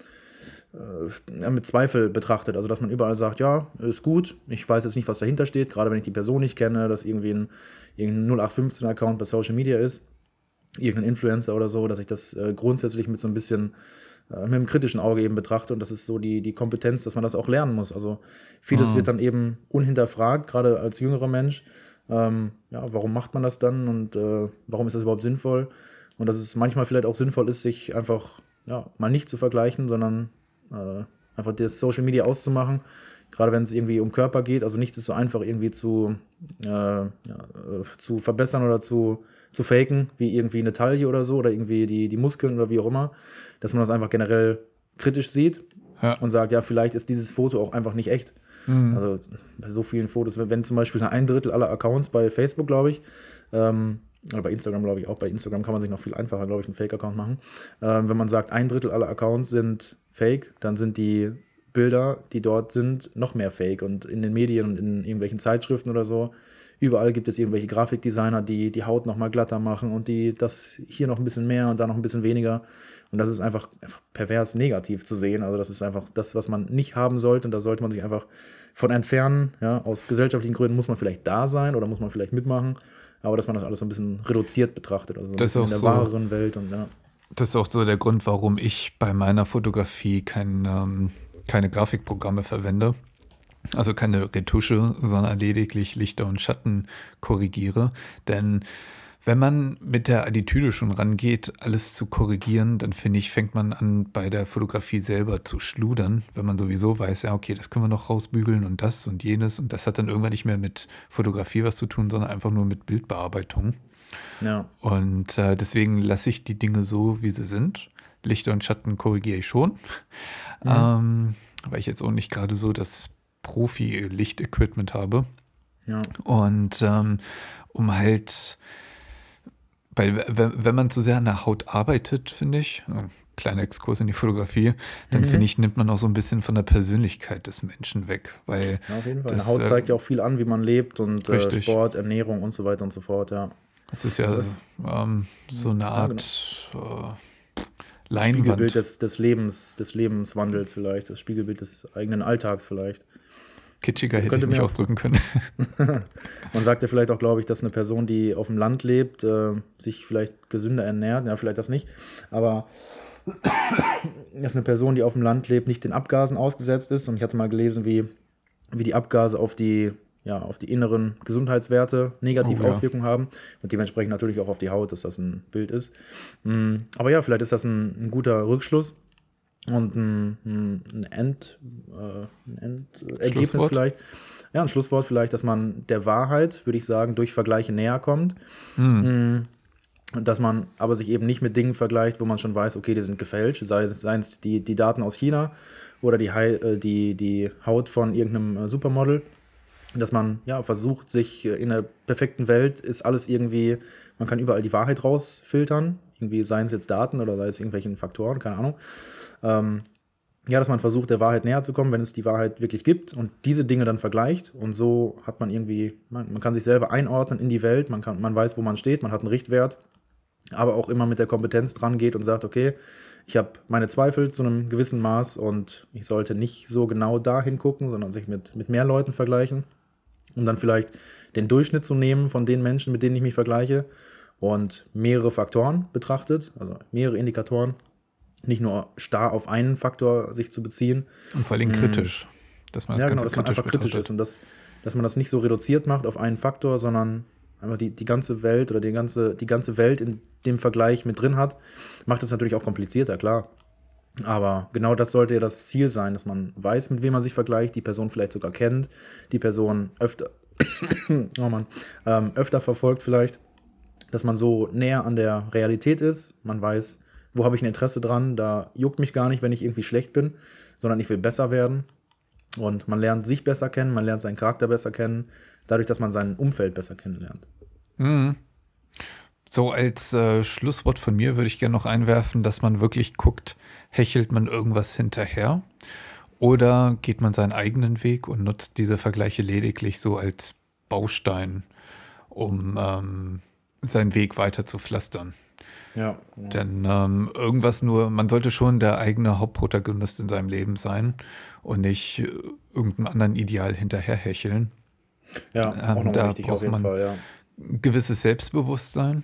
äh, ja, mit Zweifel betrachtet. Also dass man überall sagt, ja, ist gut, ich weiß jetzt nicht, was dahinter steht, gerade wenn ich die Person nicht kenne, dass irgendwie ein, irgendein null acht fünfzehn Account bei Social Media ist, irgendein Influencer oder so, dass ich das äh, grundsätzlich mit so ein bisschen äh, mit einem kritischen Auge eben betrachte und das ist so die, die Kompetenz, dass man das auch lernen muss. Also vieles wird mm, dann eben unhinterfragt, gerade als jüngerer Mensch. Ähm, ja, warum macht man das dann und äh, warum ist das überhaupt sinnvoll? Und dass es manchmal vielleicht auch sinnvoll ist, sich einfach ja, mal nicht zu vergleichen, sondern äh, einfach das Social Media auszumachen. Gerade wenn es irgendwie um Körper geht, also nichts ist so einfach irgendwie zu, äh, ja, äh, zu verbessern oder zu, zu faken, wie irgendwie eine Taille oder so oder irgendwie die, die Muskeln oder wie auch immer, dass man das einfach generell kritisch sieht ja, und sagt, ja, vielleicht ist dieses Foto auch einfach nicht echt. mm, Also bei so vielen Fotos, wenn wenn zum Beispiel ein Drittel aller Accounts bei Facebook, glaube ich, ähm, oder bei Instagram, glaube ich auch, bei Instagram kann man sich noch viel einfacher, glaube ich, einen Fake-Account machen. Ähm, wenn man sagt, ein Drittel aller Accounts sind fake, dann sind die Bilder, die dort sind, noch mehr fake. Und in den Medien und in irgendwelchen Zeitschriften oder so, überall gibt es irgendwelche Grafikdesigner, die die Haut noch mal glatter machen und die das hier noch ein bisschen mehr und da noch ein bisschen weniger. Und das ist einfach, einfach pervers negativ zu sehen. Also das ist einfach das, was man nicht haben sollte. Und da sollte man sich einfach von entfernen. Ja, aus gesellschaftlichen Gründen muss man vielleicht da sein oder muss man vielleicht mitmachen. Aber dass man das alles so ein bisschen reduziert betrachtet. Also so ein das ist bisschen auch in der so. wahreren Welt. Und ja, Das ist auch so der Grund, warum ich bei meiner Fotografie kein, ähm, keine Grafikprogramme verwende. Also keine Retusche, sondern lediglich Lichter und Schatten korrigiere. Denn wenn man mit der Attitüde schon rangeht, alles zu korrigieren, dann finde ich, fängt man an, bei der Fotografie selber zu schludern, wenn man sowieso weiß, ja, okay, das können wir noch rausbügeln und das und jenes. Und das hat dann irgendwann nicht mehr mit Fotografie was zu tun, sondern einfach nur mit Bildbearbeitung. ja. Und äh, deswegen lasse ich die Dinge so, wie sie sind. Lichter und Schatten korrigiere ich schon. Mhm. Ähm, weil ich jetzt auch nicht gerade so das Profi-Licht-Equipment habe. Ja. Und ähm, um halt, weil wenn, wenn man zu sehr an der Haut arbeitet, finde ich, äh, kleiner Exkurs in die Fotografie, dann Mhm. finde ich, nimmt man auch so ein bisschen von der Persönlichkeit des Menschen weg. Weil Ja, auf jeden Fall. Eine das, Haut äh, zeigt ja auch viel an, wie man lebt und äh, richtig, Sport, Ernährung und so weiter und so fort, ja. das ist Also, ja ähm, so eine ja, genau. Art äh, Das Spiegelbild Leinwand. des, des Lebens, des Lebenswandels vielleicht, das Spiegelbild des eigenen Alltags vielleicht. Kitschiger hätte ich Könnte es nicht mir auch, ausdrücken können. man sagt ja vielleicht auch, glaube ich, dass eine Person, die auf dem Land lebt, äh, sich vielleicht gesünder ernährt, ja, vielleicht das nicht, aber dass eine Person, die auf dem Land lebt, nicht den Abgasen ausgesetzt ist. Und ich hatte mal gelesen, wie, wie die Abgase auf die, ja, auf die inneren Gesundheitswerte negative Oh ja. Auswirkungen haben und dementsprechend natürlich auch auf die Haut, dass das ein Bild ist. Mm, Aber ja, vielleicht ist das ein, ein guter Rückschluss und ein, ein, ein, End, äh, ein Endergebnis Schlusswort? vielleicht. Ja, ein Schlusswort vielleicht, dass man der Wahrheit, würde ich sagen, durch Vergleiche näher kommt. Hm, Mm, Dass man aber sich eben nicht mit Dingen vergleicht, wo man schon weiß, okay, die sind gefälscht, sei es, seien es die, die Daten aus China oder die, Hai- äh, die, die Haut von irgendeinem äh, Supermodel. Dass man ja versucht, sich äh, in der perfekten Welt ist alles irgendwie, man kann überall die Wahrheit rausfiltern, irgendwie seien es jetzt Daten oder sei es irgendwelchen Faktoren, keine Ahnung. Ähm, ja, dass man versucht, der Wahrheit näher zu kommen, wenn es die Wahrheit wirklich gibt und diese Dinge dann vergleicht. Und so hat man irgendwie, man, man kann sich selber einordnen in die Welt, man, kann, man weiß, wo man steht, man hat einen Richtwert, aber auch immer mit der Kompetenz dran geht und sagt, okay, ich habe meine Zweifel zu einem gewissen Maß und ich sollte nicht so genau da hingucken, sondern sich mit, mit mehr Leuten vergleichen, um dann vielleicht den Durchschnitt zu nehmen von den Menschen, mit denen ich mich vergleiche und mehrere Faktoren betrachtet, also mehrere Indikatoren, nicht nur starr auf einen Faktor sich zu beziehen. Und vor allem kritisch, dass man das Ja, Ganze genau, dass man kritisch einfach kritisch betrachtet. ist und das, dass man das nicht so reduziert macht auf einen Faktor, sondern einfach die, die ganze Welt oder die ganze, die ganze Welt in dem Vergleich mit drin hat, macht es natürlich auch komplizierter, klar. Aber genau das sollte ja das Ziel sein, dass man weiß, mit wem man sich vergleicht, die Person vielleicht sogar kennt, die Person öfter, oh Mann, ähm, öfter verfolgt vielleicht, dass man so näher an der Realität ist, man weiß, wo habe ich ein Interesse dran, da juckt mich gar nicht, wenn ich irgendwie schlecht bin, sondern ich will besser werden. Und man lernt sich besser kennen, man lernt seinen Charakter besser kennen, dadurch, dass man sein Umfeld besser kennenlernt. Mhm. So als äh, Schlusswort von mir würde ich gerne noch einwerfen, dass man wirklich guckt, hechelt man irgendwas hinterher oder geht man seinen eigenen Weg und nutzt diese Vergleiche lediglich so als Baustein, um ähm, seinen Weg weiter zu pflastern. Ja, genau. Denn ähm, irgendwas nur, man sollte schon der eigene Hauptprotagonist in seinem Leben sein und nicht äh, irgendeinem anderen Ideal hinterherhecheln. Ja, Ähm, auch nochmal da wichtig braucht auf jeden man Fall, ja. ein gewisses Selbstbewusstsein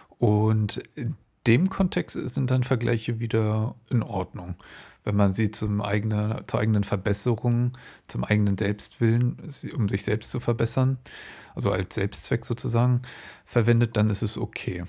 und in dem Kontext sind dann Vergleiche wieder in Ordnung. Wenn man sie zum eigenen, zur eigenen Verbesserung, zum eigenen Selbstwillen, um sich selbst zu verbessern, also als Selbstzweck sozusagen, verwendet, dann ist es okay.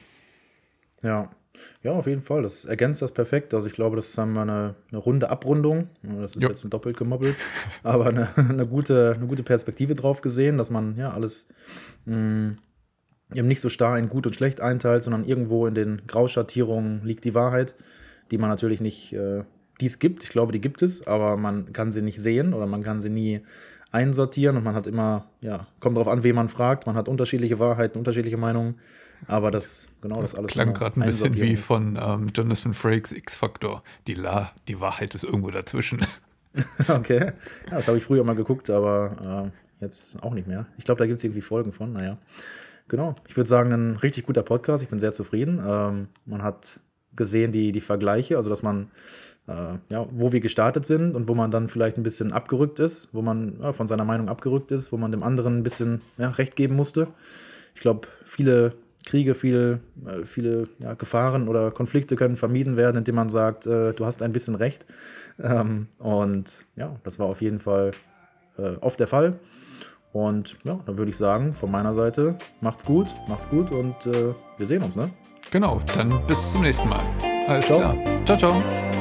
Ja. Ja, auf jeden Fall. Das ergänzt das perfekt. Also ich glaube, das haben wir eine, eine runde Abrundung. Das ist Jo. jetzt ein doppelt gemobbelt, aber eine, eine, gute, eine gute Perspektive drauf gesehen, dass man ja alles mh, eben nicht so starr in gut und schlecht einteilt, sondern irgendwo in den Grauschattierungen liegt die Wahrheit, die man natürlich nicht, äh, die es gibt. Ich glaube, die gibt es, aber man kann sie nicht sehen oder man kann sie nie einsortieren und man hat immer, ja, kommt darauf an, wen man fragt. Man hat unterschiedliche Wahrheiten, unterschiedliche Meinungen. Aber das, genau das, Das alles. klang immer gerade ein bisschen Einsortierung wie ist. von ähm, Jonathan Frakes X-Factor. Die, La die Wahrheit ist irgendwo dazwischen. Okay. Ja, das habe ich früher mal geguckt, aber äh, jetzt auch nicht mehr. Ich glaube, da gibt es irgendwie Folgen von. Naja. Genau. Ich würde sagen, ein richtig guter Podcast. Ich bin sehr zufrieden. Ähm, man hat gesehen die, die Vergleiche, also dass man, äh, ja, wo wir gestartet sind und wo man dann vielleicht ein bisschen abgerückt ist, wo man ja, von seiner Meinung abgerückt ist, wo man dem anderen ein bisschen ja, Recht geben musste. Ich glaube, viele Kriege, viele, äh, viele ja, Gefahren oder Konflikte können vermieden werden, indem man sagt, äh, du hast ein bisschen Recht. Ähm, und ja, das war auf jeden Fall äh, oft der Fall. Und ja, dann würde ich sagen, von meiner Seite, macht's gut, macht's gut und äh, wir sehen uns, ne? Genau, dann bis zum nächsten Mal. Alles Ciao. klar. Ciao, ciao.